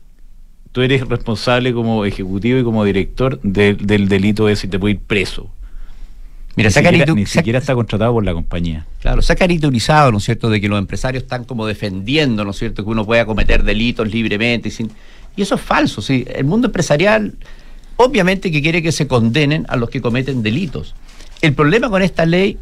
tú eres responsable como ejecutivo y como director de, del delito ese y te puede ir preso. Mira, ni, siquiera, caritu- ni siquiera está contratado por la compañía. Claro, se ha caricaturizado, ¿no es cierto?, de que los empresarios están como defendiendo, ¿no es cierto?, que uno pueda cometer delitos libremente. Y, sin... y eso es falso, sí. El mundo empresarial obviamente que quiere que se condenen a los que cometen delitos. El problema con esta ley,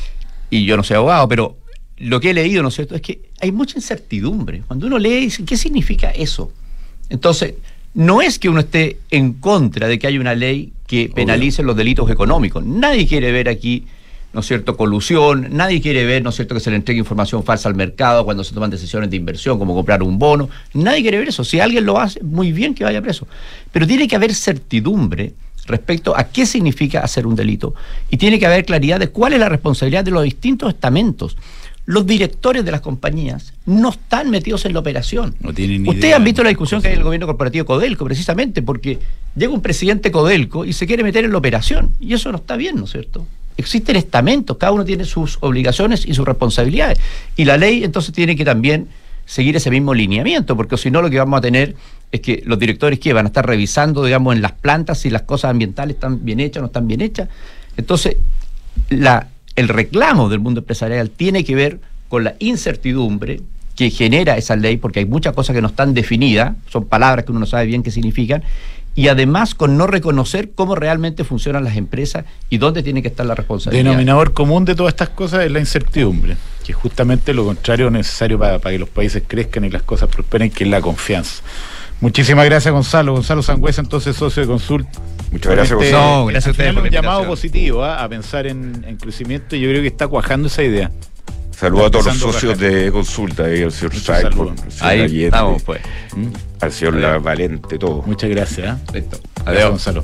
y yo no soy abogado, pero lo que he leído, ¿no es cierto?, es que hay mucha incertidumbre. Cuando uno lee, dice, ¿qué significa eso? Entonces, no es que uno esté en contra de que haya una ley que penalice los delitos económicos. Nadie quiere ver aquí, ¿no es cierto?, colusión, nadie quiere ver, ¿no es cierto?, que se le entregue información falsa al mercado cuando se toman decisiones de inversión, como comprar un bono. Nadie quiere ver eso. Si alguien lo hace, muy bien que vaya preso. Pero tiene que haber certidumbre respecto a qué significa hacer un delito. Y tiene que haber claridad de cuál es la responsabilidad de los distintos estamentos. Los directores de las compañías no están metidos en la operación. No tienen ni Ustedes idea han visto la discusión que hay en el gobierno corporativo Codelco, precisamente porque llega un presidente Codelco y se quiere meter en la operación. Y eso no está bien, ¿no es cierto? Existen estamentos, cada uno tiene sus obligaciones y sus responsabilidades. Y la ley entonces tiene que también seguir ese mismo lineamiento, porque si no lo que vamos a tener es que los directores que van a estar revisando, digamos, en las plantas si las cosas ambientales están bien hechas o no están bien hechas. Entonces, la... el reclamo del mundo empresarial tiene que ver con la incertidumbre que genera esa ley, porque hay muchas cosas que no están definidas, son palabras que uno no sabe bien qué significan, y además con no reconocer cómo realmente funcionan las empresas y dónde tiene que estar la responsabilidad. Denominador común de todas estas cosas es la incertidumbre, que es justamente lo contrario necesario para, para que los países crezcan y las cosas prosperen, que es la confianza. Muchísimas gracias, Gonzalo. Gonzalo Sangüesa, entonces socio de Consult. Muchas gracias, este, Gonzalo. No, gracias a ustedes. Un llamado positivo, ¿eh? a pensar en, en crecimiento, y yo creo que está cuajando esa idea. Saludos a todos los socios de consulta, ahí al señor Saipon, ahí Allende, estamos pues. Al señor La Valente, todo. Muchas gracias. ¿eh? Listo. Adiós, Gonzalo.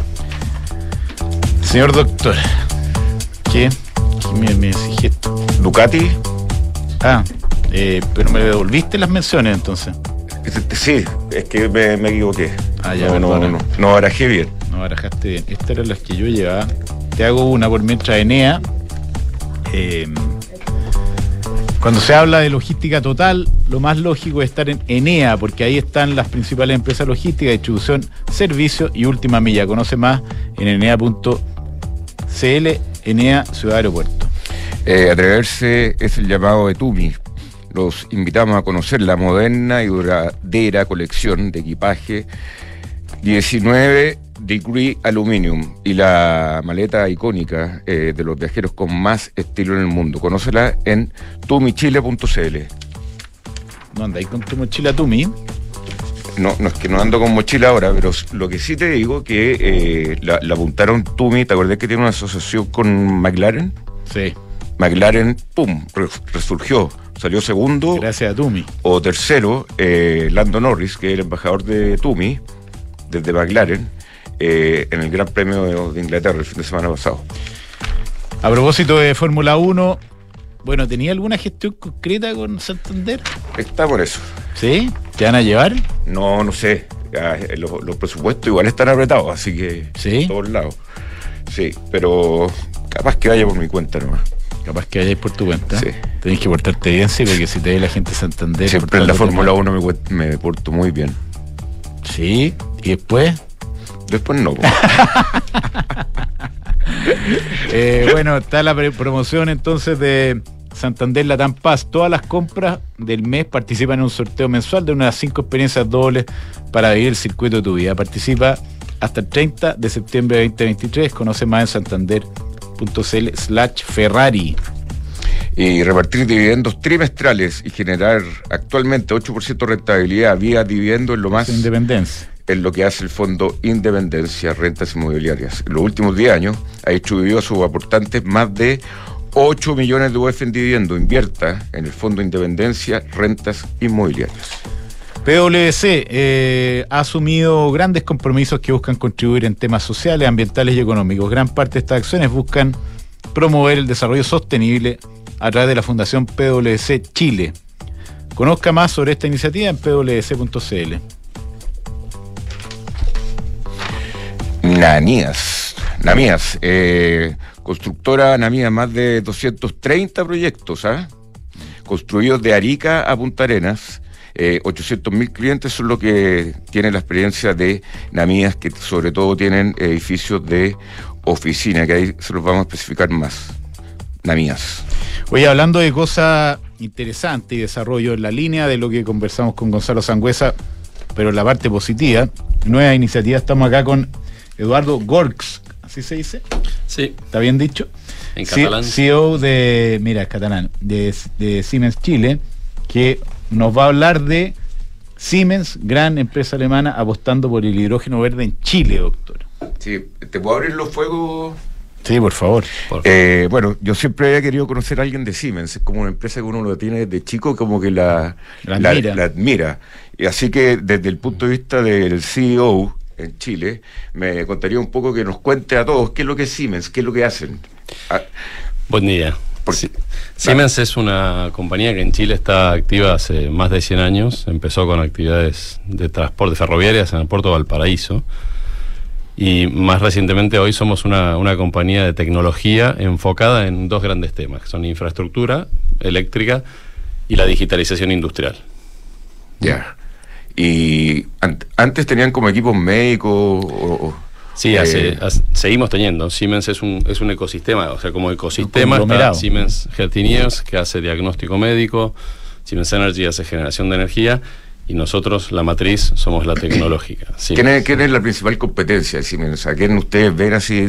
Señor doctor, ¿qué? ¿Qué me, me exige esto? ¿Ducati? Ah, eh, pero me devolviste las menciones entonces. Sí, es que me, me equivoqué. Ah, ya, no, no, no, no, no barajé bien. No barajaste bien. Estas eran las que yo llevaba. Te hago una por mientras Enea. Eh, cuando se habla de logística total, lo más lógico es estar en Enea, porque ahí están las principales empresas logísticas, distribución, servicio y última milla. Conoce más en enea punto c l, Enea Ciudad Aeropuerto. Eh, atreverse es el llamado de Tumi. Los invitamos a conocer la moderna y duradera colección de equipaje diecinueve Degree Aluminium y la maleta icónica eh, de los viajeros con más estilo en el mundo. Conócela en tumichile punto c l. ¿No andáis con tu mochila Tumi? No, no es que no ando con mochila ahora, pero lo que sí te digo que eh, la, la apuntaron Tumi. ¿Te acordás que tiene una asociación con McLaren? Sí. McLaren, pum, resurgió. Salió segundo. Gracias a Tumi. O tercero, eh, Lando Norris, que es el embajador de Tumi, desde McLaren, eh, en el Gran Premio de Inglaterra el fin de semana pasado. A propósito de Fórmula uno, bueno, ¿tenía alguna gestión concreta con Santander? Está por eso. ¿Sí? ¿Te van a llevar? No, no sé. Ya, los, los presupuestos igual están apretados, así que ¿sí? Por todos lados. Sí, pero capaz que vaya por mi cuenta nomás. Capaz que vayáis por tu cuenta. Sí. Tenés que portarte bien, sí, porque si te ve la gente de Santander... Siempre en la Fórmula uno me, me porto muy bien. Sí, y después... Después no. eh, bueno, está la promoción entonces de Santander Latam Pass. Todas las compras del mes participan en un sorteo mensual de unas cinco experiencias dobles para vivir el circuito de tu vida. Participa hasta el treinta de septiembre de veinte veintitrés. Conoce más en santander punto c l slash Ferrari. Y repartir dividendos trimestrales y generar actualmente ocho por ciento de rentabilidad vía dividendo en lo más... Independencia. Es lo que hace el Fondo Independencia Rentas Inmobiliarias. En los últimos diez años ha hecho vivir a sus aportantes más de ocho millones de U F en dividendo. Invierta en el Fondo Independencia Rentas Inmobiliarias. P W C eh, ha asumido grandes compromisos que buscan contribuir en temas sociales, ambientales y económicos. Gran parte de estas acciones buscan promover el desarrollo sostenible a través de la Fundación P W C Chile. Conozca más sobre esta iniciativa en p w c punto c l. Nanías, Namías, eh, constructora Namías, más de doscientos treinta proyectos, ¿ah? ¿eh? Construidos de Arica a Punta Arenas. Eh, ochocientos mil clientes son los que tienen la experiencia de Namías, que sobre todo tienen edificios de oficina, que ahí se los vamos a especificar más. Namías. Oye, hablando de cosas interesantes y desarrollo en la línea de lo que conversamos con Gonzalo Sangüesa, pero en la parte positiva, nueva iniciativa, estamos acá con Eduardo Gorx, ¿así se dice? Sí. ¿Está bien dicho? En catalán. C E O de, mira, es catalán, de, de Siemens Chile, que nos va a hablar de Siemens, gran empresa alemana, apostando por el hidrógeno verde en Chile, doctor. Sí, ¿te puedo abrir los fuegos? Sí, por favor. Por favor. Eh, bueno, yo siempre había querido conocer a alguien de Siemens, es como una empresa que uno lo tiene desde chico, como que la, la, la, admira. la admira. Y así que desde el punto de vista del C E O en Chile, me contaría un poco, que nos cuente a todos qué es lo que es Siemens, qué es lo que hacen. Ah, Buen día. Por, sí. Siemens es una compañía que en Chile está activa hace más de cien años. Empezó con actividades de transporte ferroviarias en el puerto de Valparaíso. Y más recientemente hoy somos una, una compañía de tecnología enfocada en dos grandes temas, que son infraestructura eléctrica y la digitalización industrial. Ya. Yeah. Y an antes tenían como equipos médicos o... o sí, hace, eh, hace, seguimos teniendo. Siemens es un, es un ecosistema, o sea, como ecosistema está Siemens Healthineers, que hace diagnóstico médico, Siemens Energy hace generación de energía, y nosotros, la matriz, somos la tecnológica. ¿Quién es, ¿Quién es la principal competencia de Siemens? ¿A quién ustedes ven así?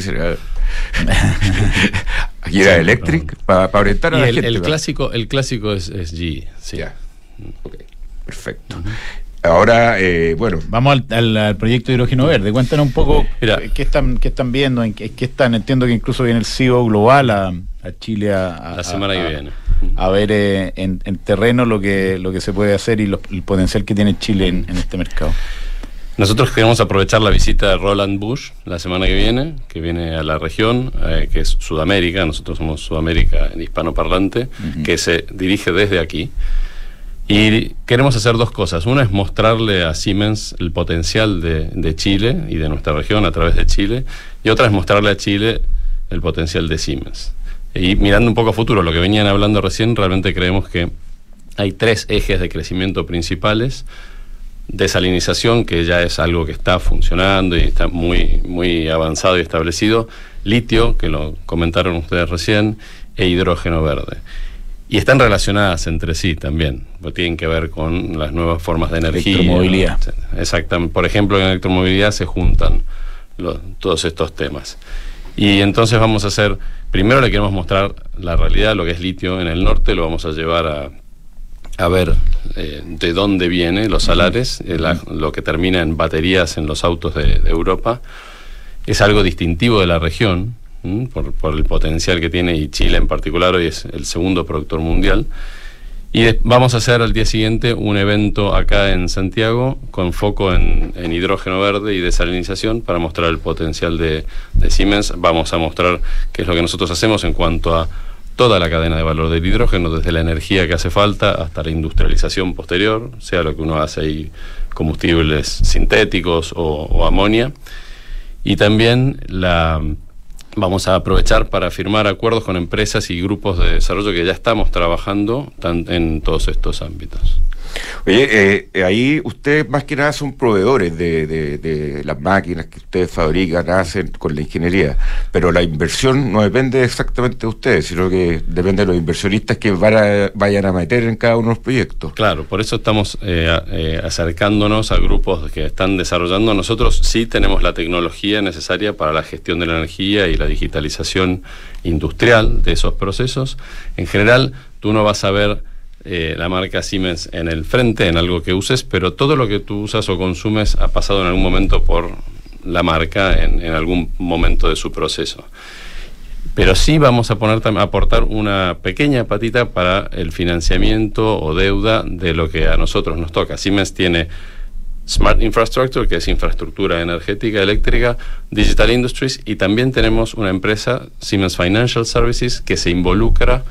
Aquí era sí, Electric, no. para pa orientar a la el, gente. El clásico, el clásico es, es G E, sí. Ya. Okay. Perfecto. Uh-huh. Ahora, eh, bueno. Vamos al, al, al proyecto de hidrógeno verde. Cuéntanos un poco Mira, qué están qué están viendo, en qué, qué están. Entiendo que incluso viene el C E O global a, a Chile a, a, la semana a, que viene. a ver eh, en, en terreno lo que, lo que se puede hacer y lo, el potencial que tiene Chile en, en este mercado. Nosotros queremos aprovechar la visita de Roland Bush la semana que viene, que viene a la región, eh, que es Sudamérica, nosotros somos Sudamérica en hispanoparlante, uh-huh. que se dirige desde aquí. Y queremos hacer dos cosas. Una es mostrarle a Siemens el potencial de, de Chile y de nuestra región a través de Chile, y otra es mostrarle a Chile el potencial de Siemens. Y mirando un poco a futuro, lo que venían hablando recién, realmente creemos que hay tres ejes de crecimiento principales. Desalinización, que ya es algo que está funcionando y está muy, muy avanzado y establecido. Litio, que lo comentaron ustedes recién, e hidrógeno verde. Y están relacionadas entre sí también, porque tienen que ver con las nuevas formas de energía. Electromovilidad. Exactamente. Por ejemplo, en electromovilidad se juntan los, todos estos temas. Y entonces vamos a hacer, primero le queremos mostrar la realidad, lo que es litio en el norte, lo vamos a llevar a a ver eh, de dónde viene los salares, eh, la, lo que termina en baterías en los autos de, de Europa. Es algo distintivo de la región, ¿m? por, por el potencial que tiene, y Chile en particular hoy es el segundo productor mundial. Y de, vamos a hacer al día siguiente un evento acá en Santiago con foco en, en hidrógeno verde y desalinización para mostrar el potencial de, de Siemens. Vamos a mostrar qué es lo que nosotros hacemos en cuanto a toda la cadena de valor del hidrógeno, desde la energía que hace falta hasta la industrialización posterior, sea lo que uno hace ahí, combustibles sintéticos o, o amonia. Y también la vamos a aprovechar para firmar acuerdos con empresas y grupos de desarrollo que ya estamos trabajando tan, en todos estos ámbitos. Oye, eh, ahí ustedes más que nada son proveedores de, de, de las máquinas que ustedes fabrican, hacen con la ingeniería, pero la inversión no depende exactamente de ustedes, sino que depende de los inversionistas que van a, vayan a meter en cada uno de los proyectos. Claro, por eso estamos eh, eh, acercándonos a grupos que están desarrollando. Nosotros sí tenemos la tecnología necesaria para la gestión de la energía y la digitalización industrial de esos procesos. En general, tú no vas a ver Eh, la marca Siemens en el frente, en algo que uses, pero todo lo que tú usas o consumes ha pasado en algún momento por la marca en, en algún momento de su proceso. Pero sí vamos a poner a aportar una pequeña patita para el financiamiento o deuda de lo que a nosotros nos toca. Siemens tiene Smart Infrastructure, que es infraestructura energética, eléctrica, Digital Industries, y también tenemos una empresa, Siemens Financial Services, que se involucra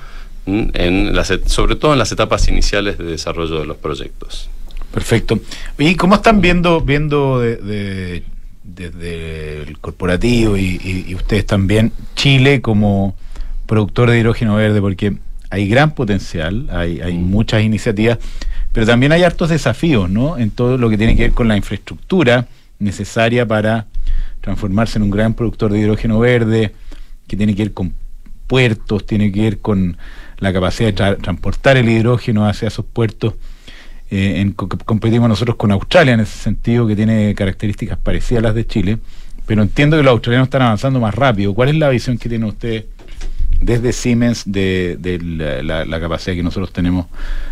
en las, sobre todo en las etapas iniciales de desarrollo de los proyectos. Perfecto. ¿Y cómo están viendo viendo desde de, de, de el corporativo y, y, y ustedes también Chile como productor de hidrógeno verde? Porque hay gran potencial, hay, hay muchas iniciativas, pero también hay hartos desafíos, ¿no? En todo lo que tiene que ver con la infraestructura necesaria para transformarse en un gran productor de hidrógeno verde, que tiene que ver con puertos, tiene que ver con la capacidad de tra transportar el hidrógeno hacia esos puertos. Eh, en, co competimos nosotros con Australia en ese sentido, que tiene características parecidas a las de Chile, pero entiendo que los australianos están avanzando más rápido. ¿Cuál es la visión que tienen ustedes desde Siemens de, de la, la, la capacidad que nosotros tenemos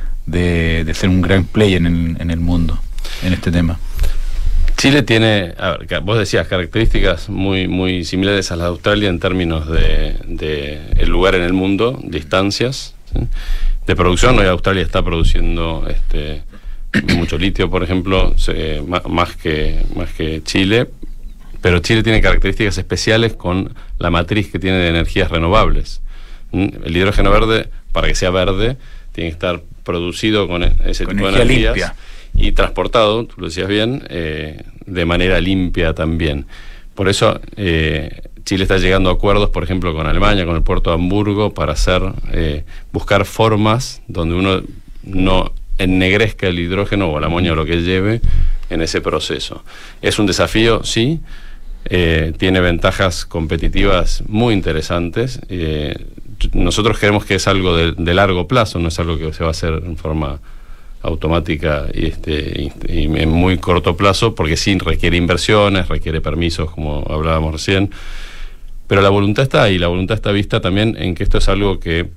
de, de ser un gran player en el, en el mundo en este tema? Chile tiene, a ver, vos decías, características muy muy similares a las de Australia en términos de, de el lugar en el mundo, distancias, ¿sí? De producción. Hoy Australia está produciendo este mucho litio, por ejemplo, se, más, más que más que Chile, pero Chile tiene características especiales con la matriz que tiene de energías renovables. El hidrógeno verde, para que sea verde, tiene que estar producido con ese con tipo de energías limpia y transportado, tú lo decías bien, eh, de manera limpia también. Por eso eh, Chile está llegando a acuerdos, por ejemplo, con Alemania, con el puerto de Hamburgo, para hacer eh, buscar formas donde uno no ennegrezca el hidrógeno o el amonio o lo que lleve en ese proceso. Es un desafío, sí, eh, tiene ventajas competitivas muy interesantes. Eh, nosotros creemos que es algo de, de largo plazo, no es algo que se va a hacer en forma automática y, este, y, y en muy corto plazo, porque sí requiere inversiones, requiere permisos, como hablábamos recién, pero la voluntad está ahí, la voluntad está vista también en que esto es algo que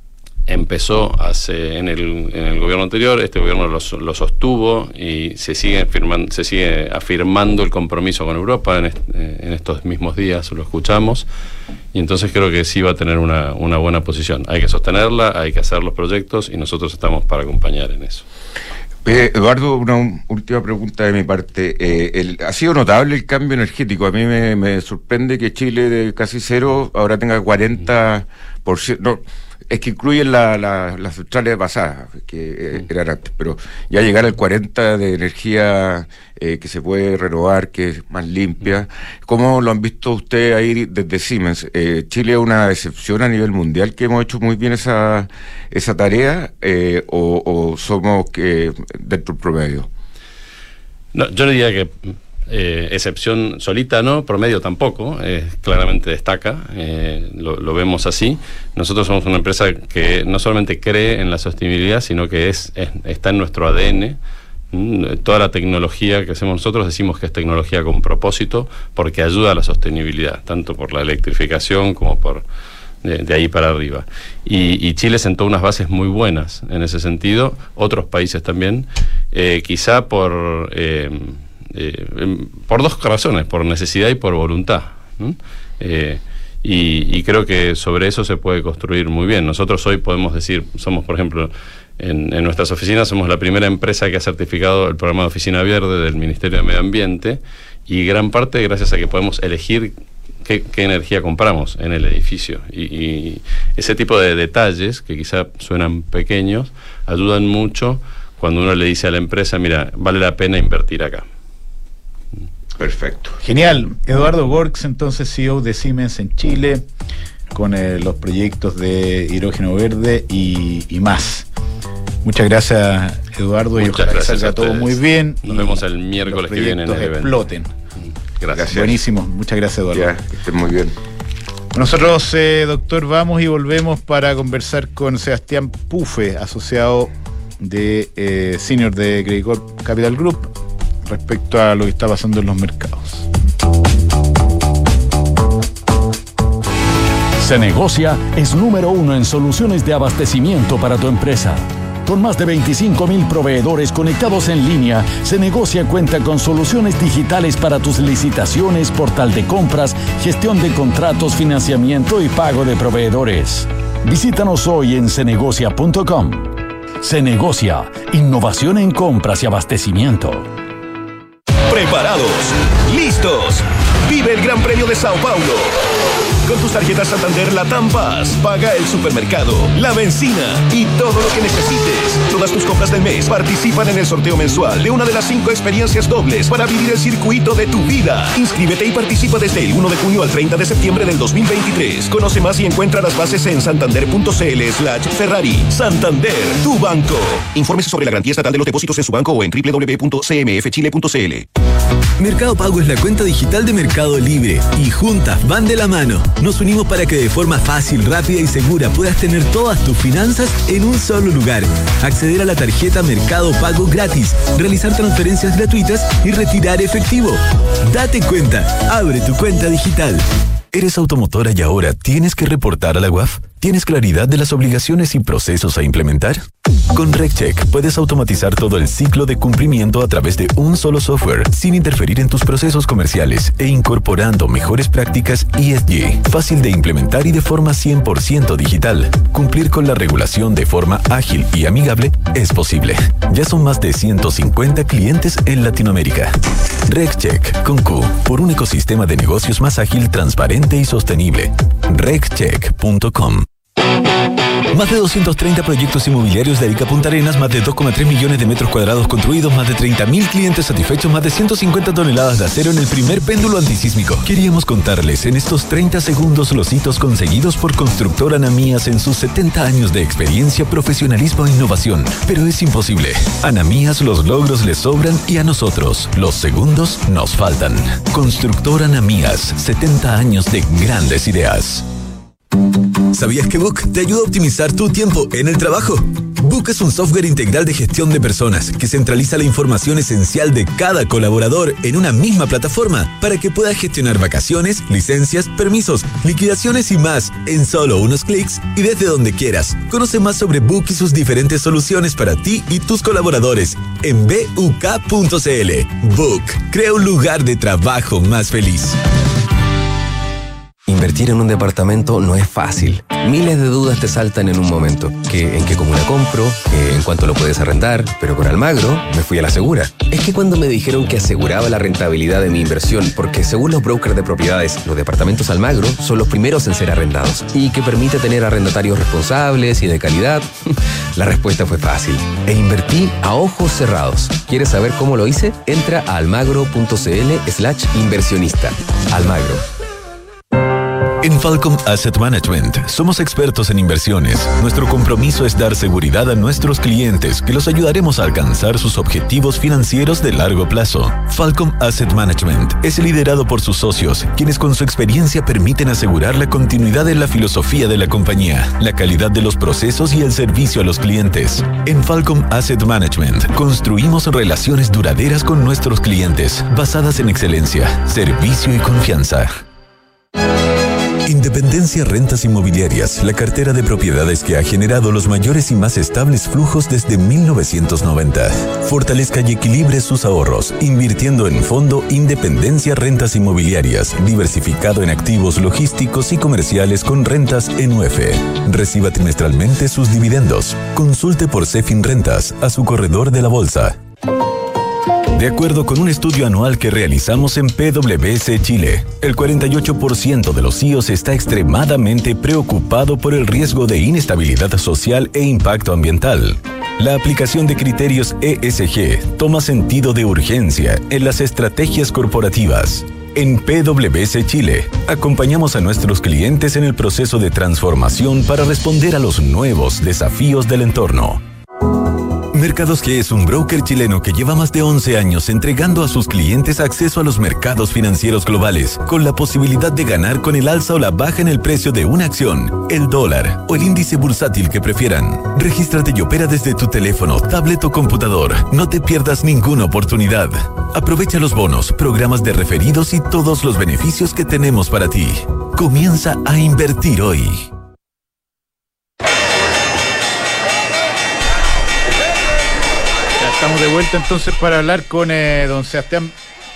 empezó hace en el, en el gobierno anterior, este gobierno lo, lo sostuvo y se sigue, firman, se sigue afirmando el compromiso con Europa en, est, en estos mismos días, lo escuchamos, y entonces creo que sí va a tener una, una buena posición. Hay que sostenerla, hay que hacer los proyectos y nosotros estamos para acompañar en eso. Eh, Eduardo, una un, última pregunta de mi parte. Eh, el, ha sido notable el cambio energético. A mí me, me sorprende que Chile de casi cero ahora tenga cuarenta por ciento. No, es que incluyen la, la, las centrales basadas, que eh, eran antes, pero ya llegar al cuarenta de energía eh, que se puede renovar, que es más limpia. ¿Cómo lo han visto ustedes ahí desde Siemens? Eh, Chile es una excepción a nivel mundial, que hemos hecho muy bien esa, esa tarea, eh, o, o somos que dentro del promedio. No, yo diría que Eh, excepción solita no, promedio tampoco, eh, claramente destaca, eh, lo, lo vemos así. Nosotros somos una empresa que no solamente cree en la sostenibilidad, sino que es, es está en nuestro A D N. Mm, toda la tecnología que hacemos nosotros decimos que es tecnología con propósito, porque ayuda a la sostenibilidad, tanto por la electrificación como por de, de ahí para arriba. Y, y Chile sentó unas bases muy buenas en ese sentido, otros países también, eh, quizá por... Eh, Eh, por dos razones, por necesidad y por voluntad, eh, y, y creo que sobre eso se puede construir muy bien. Nosotros hoy podemos decir, somos por ejemplo en, en nuestras oficinas, somos la primera empresa que ha certificado el programa de Oficina Verde del Ministerio de Medio Ambiente, y gran parte gracias a que podemos elegir qué, qué energía compramos en el edificio, y, y ese tipo de detalles que quizá suenan pequeños ayudan mucho cuando uno le dice a la empresa, mira, vale la pena invertir acá. Perfecto. Genial. Eduardo Borges, entonces C E O de Siemens en Chile, con eh, los proyectos de hidrógeno verde y, y más. Muchas gracias, Eduardo. Muchas y ojalá gracias que salga todo muy bien. Nos vemos el miércoles que viene en el evento. Exploten. Gracias. Buenísimo. Muchas gracias, Eduardo. Ya, que estén muy bien. Nosotros, eh, doctor, vamos y volvemos para conversar con Sebastián Pufe, asociado de eh, Senior de Credit Corp Capital Group, respecto a lo que está pasando en los mercados. Cenegocia es número uno en soluciones de abastecimiento para tu empresa. Con más de veinticinco mil proveedores conectados en línea, Cenegocia cuenta con soluciones digitales para tus licitaciones, portal de compras, gestión de contratos, financiamiento y pago de proveedores. Visítanos hoy en cenegocia punto com. Cenegocia, innovación en compras y abastecimiento. Preparados, listos. Vive el Gran Premio de Sao Paulo. Con tus tarjetas Santander Latam Paz, paga el supermercado, la benzina y todo lo que necesites. Todas tus compras del mes participan en el sorteo mensual de una de las cinco experiencias dobles para vivir el circuito de tu vida. Inscríbete y participa desde el uno de junio al treinta de septiembre del dos mil veintitrés. Conoce más y encuentra las bases en santander.cl slash Ferrari. Santander, tu banco. Infórmese sobre la garantía estatal de los depósitos en su banco o en doble u doble u doble u punto c m f chile punto c l. Mercado Pago es la cuenta digital de Mercado Libre y juntas van de la mano. Nos unimos para que de forma fácil, rápida y segura puedas tener todas tus finanzas en un solo lugar. Acceder a la tarjeta Mercado Pago gratis, realizar transferencias gratuitas y retirar efectivo. Date cuenta, abre tu cuenta digital. ¿Eres automotora y ahora tienes que reportar a la U A F? ¿Tienes claridad de las obligaciones y procesos a implementar? Con RecCheck puedes automatizar todo el ciclo de cumplimiento a través de un solo software, sin interferir en tus procesos comerciales e incorporando mejores prácticas E S G. Fácil de implementar y de forma cien por ciento digital. Cumplir con la regulación de forma ágil y amigable es posible. Ya son más de ciento cincuenta clientes en Latinoamérica. RecCheck con Q, por un ecosistema de negocios más ágil, transparente y sostenible. reccheck punto com. Más de doscientos treinta proyectos inmobiliarios de Arica a Punta Arenas, más de dos coma tres millones de metros cuadrados construidos, más de treinta mil clientes satisfechos, más de ciento cincuenta toneladas de acero en el primer péndulo antisísmico. Queríamos contarles en estos treinta segundos los hitos conseguidos por Constructora Anamías en sus setenta años de experiencia, profesionalismo e innovación. Pero es imposible. A Anamías los logros les sobran y a nosotros los segundos nos faltan. Constructora Anamías, setenta años de grandes ideas. ¿Sabías que Book te ayuda a optimizar tu tiempo en el trabajo? Book es un software integral de gestión de personas que centraliza la información esencial de cada colaborador en una misma plataforma para que puedas gestionar vacaciones, licencias, permisos, liquidaciones y más en solo unos clics y desde donde quieras. Conoce más sobre Book y sus diferentes soluciones para ti y tus colaboradores en buk punto c l. Book, crea un lugar de trabajo más feliz. Invertir en un departamento no es fácil. Miles de dudas te saltan en un momento. ¿Que en qué comuna compro? ¿Que en cuánto lo puedes arrendar? Pero con Almagro me fui a la segura. Es que cuando me dijeron que aseguraba la rentabilidad de mi inversión, porque según los brokers de propiedades, los departamentos Almagro son los primeros en ser arrendados y que permite tener arrendatarios responsables y de calidad, la respuesta fue fácil. E invertí a ojos cerrados. ¿Quieres saber cómo lo hice? Entra a almagro.cl slash inversionista. Almagro. En Falcom Asset Management somos expertos en inversiones. Nuestro compromiso es dar seguridad a nuestros clientes, que los ayudaremos a alcanzar sus objetivos financieros de largo plazo. Falcom Asset Management es liderado por sus socios, quienes con su experiencia permiten asegurar la continuidad en la filosofía de la compañía, la calidad de los procesos y el servicio a los clientes. En Falcom Asset Management construimos relaciones duraderas con nuestros clientes, basadas en excelencia, servicio y confianza. Independencia Rentas Inmobiliarias, la cartera de propiedades que ha generado los mayores y más estables flujos desde mil novecientos noventa. Fortalezca y equilibre sus ahorros, invirtiendo en Fondo Independencia Rentas Inmobiliarias, diversificado en activos logísticos y comerciales con rentas en U F. Reciba trimestralmente sus dividendos. Consulte por Cefin Rentas a su corredor de la bolsa. De acuerdo con un estudio anual que realizamos en P W C Chile, el cuarenta y ocho por ciento de los C E Os está extremadamente preocupado por el riesgo de inestabilidad social e impacto ambiental. La aplicación de criterios E S G toma sentido de urgencia en las estrategias corporativas. En P W C Chile, acompañamos a nuestros clientes en el proceso de transformación para responder a los nuevos desafíos del entorno. Mercados G es un broker chileno que lleva más de once años entregando a sus clientes acceso a los mercados financieros globales, con la posibilidad de ganar con el alza o la baja en el precio de una acción, el dólar o el índice bursátil que prefieran. Regístrate y opera desde tu teléfono, tablet o computador. No te pierdas ninguna oportunidad. Aprovecha los bonos, programas de referidos y todos los beneficios que tenemos para ti. Comienza a invertir hoy. Estamos de vuelta entonces para hablar con eh, don Sebastián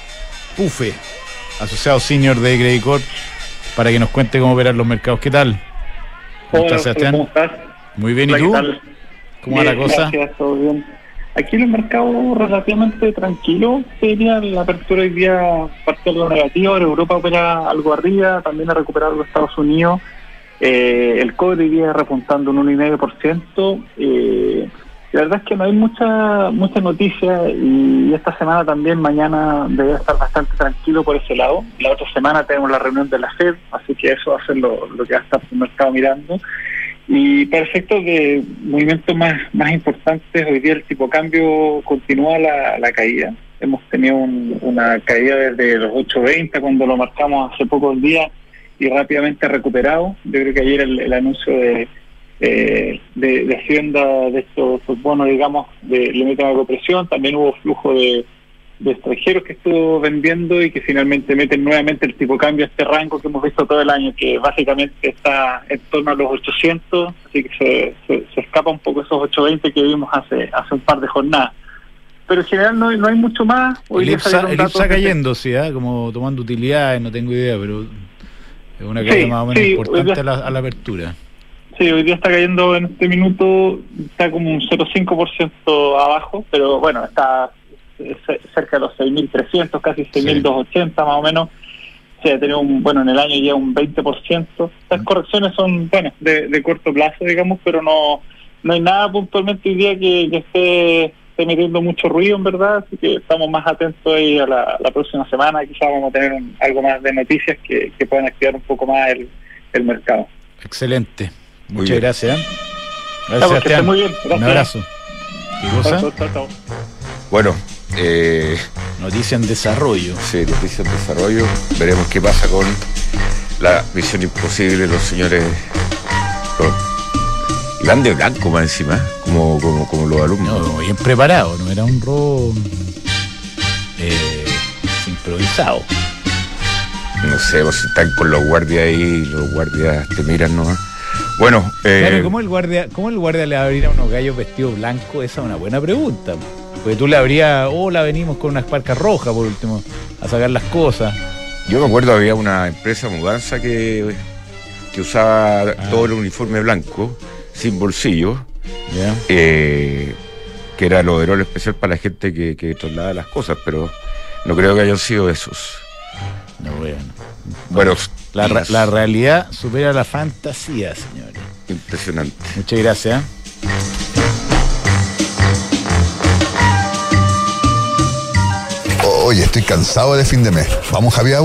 Pufe, asociado senior de Credit Corp, para que nos cuente cómo operar los mercados. ¿Qué tal? ¿Cómo estás, Sebastián? ¿Cómo estás? Muy bien, ¿y tú? ¿Cómo va la cosa? Gracias, todo bien. Aquí el mercado relativamente tranquilo, sería la apertura hoy día parte algo negativo, Europa opera algo arriba, también ha recuperado los Estados Unidos, eh, el cobre hoy día repuntando un uno coma cinco por ciento, eh, la verdad es que no hay mucha mucha noticia y esta semana también, mañana debe estar bastante tranquilo por ese lado. La otra semana tenemos la reunión de la Fed, así que eso va a ser lo, lo que va a estar el mercado mirando. Y para efectos de movimientos más más importantes, hoy día el tipo de cambio continúa la, la caída. Hemos tenido un, una caída desde los ocho veinte cuando lo marcamos hace pocos días y rápidamente recuperado. Yo creo que ayer el, el anuncio de Eh, de, de Hacienda de estos, estos bonos, digamos, de límite de presión, también hubo flujo de, de extranjeros que estuvo vendiendo y que finalmente meten nuevamente el tipo de cambio a este rango que hemos visto todo el año, que básicamente está en torno a los ochocientos, así que se, se, se escapa un poco esos ocho veinte que vimos hace hace un par de jornadas. Pero en general no, no hay mucho más. Hoy el IPSA, el IPSA cayendo, sí, ¿eh? Como tomando utilidades, no tengo idea, pero es una caída sí, más o menos sí, importante a la, a la apertura. Sí, hoy día está cayendo en este minuto, está como un cero coma cinco por ciento abajo, pero bueno, está cerca de los seis mil trescientos, casi seis mil doscientos ochenta sí. Más o menos. Se ha tenido un, bueno, en el año ya un veinte por ciento. Estas correcciones son, bueno, de, de corto plazo, digamos, pero no no hay nada puntualmente hoy día que, que esté, esté metiendo mucho ruido, en verdad, así que estamos más atentos ahí a la, la próxima semana, quizás vamos a tener un, algo más de noticias que, que puedan activar un poco más el, el mercado. Excelente. Muchas gracias. Gracias, Sebastián. Muy bien. Gracias. Un abrazo. ¿Qué cosa? Chao, chao, chao. Bueno, eh, noticia en desarrollo. Sí, noticia en desarrollo. Veremos qué pasa con la misión imposible de los señores. Y van de blanco más encima, como, como, como los alumnos. No, bien preparado, no era un robo eh, improvisado. No sé, vos están con los guardias ahí, los guardias te miran nomás. Bueno, eh... claro, ¿cómo el guardia, cómo el guardia le va a abrir a unos gallos vestidos blancos? Esa es una buena pregunta. Porque tú le abrías, hola, venimos con una esparca roja por último, a sacar las cosas. Yo me acuerdo, había una empresa mudanza que, que usaba ah. todo el uniforme blanco, sin bolsillo, yeah. eh, que era el overol especial para la gente que, que trasladaba las cosas, pero no creo que hayan sido esos. No, bueno. Bueno, la, la, la realidad supera la fantasía, señores. Impresionante. Muchas gracias. Oye, estoy cansado de fin de mes. Vamos, Javier.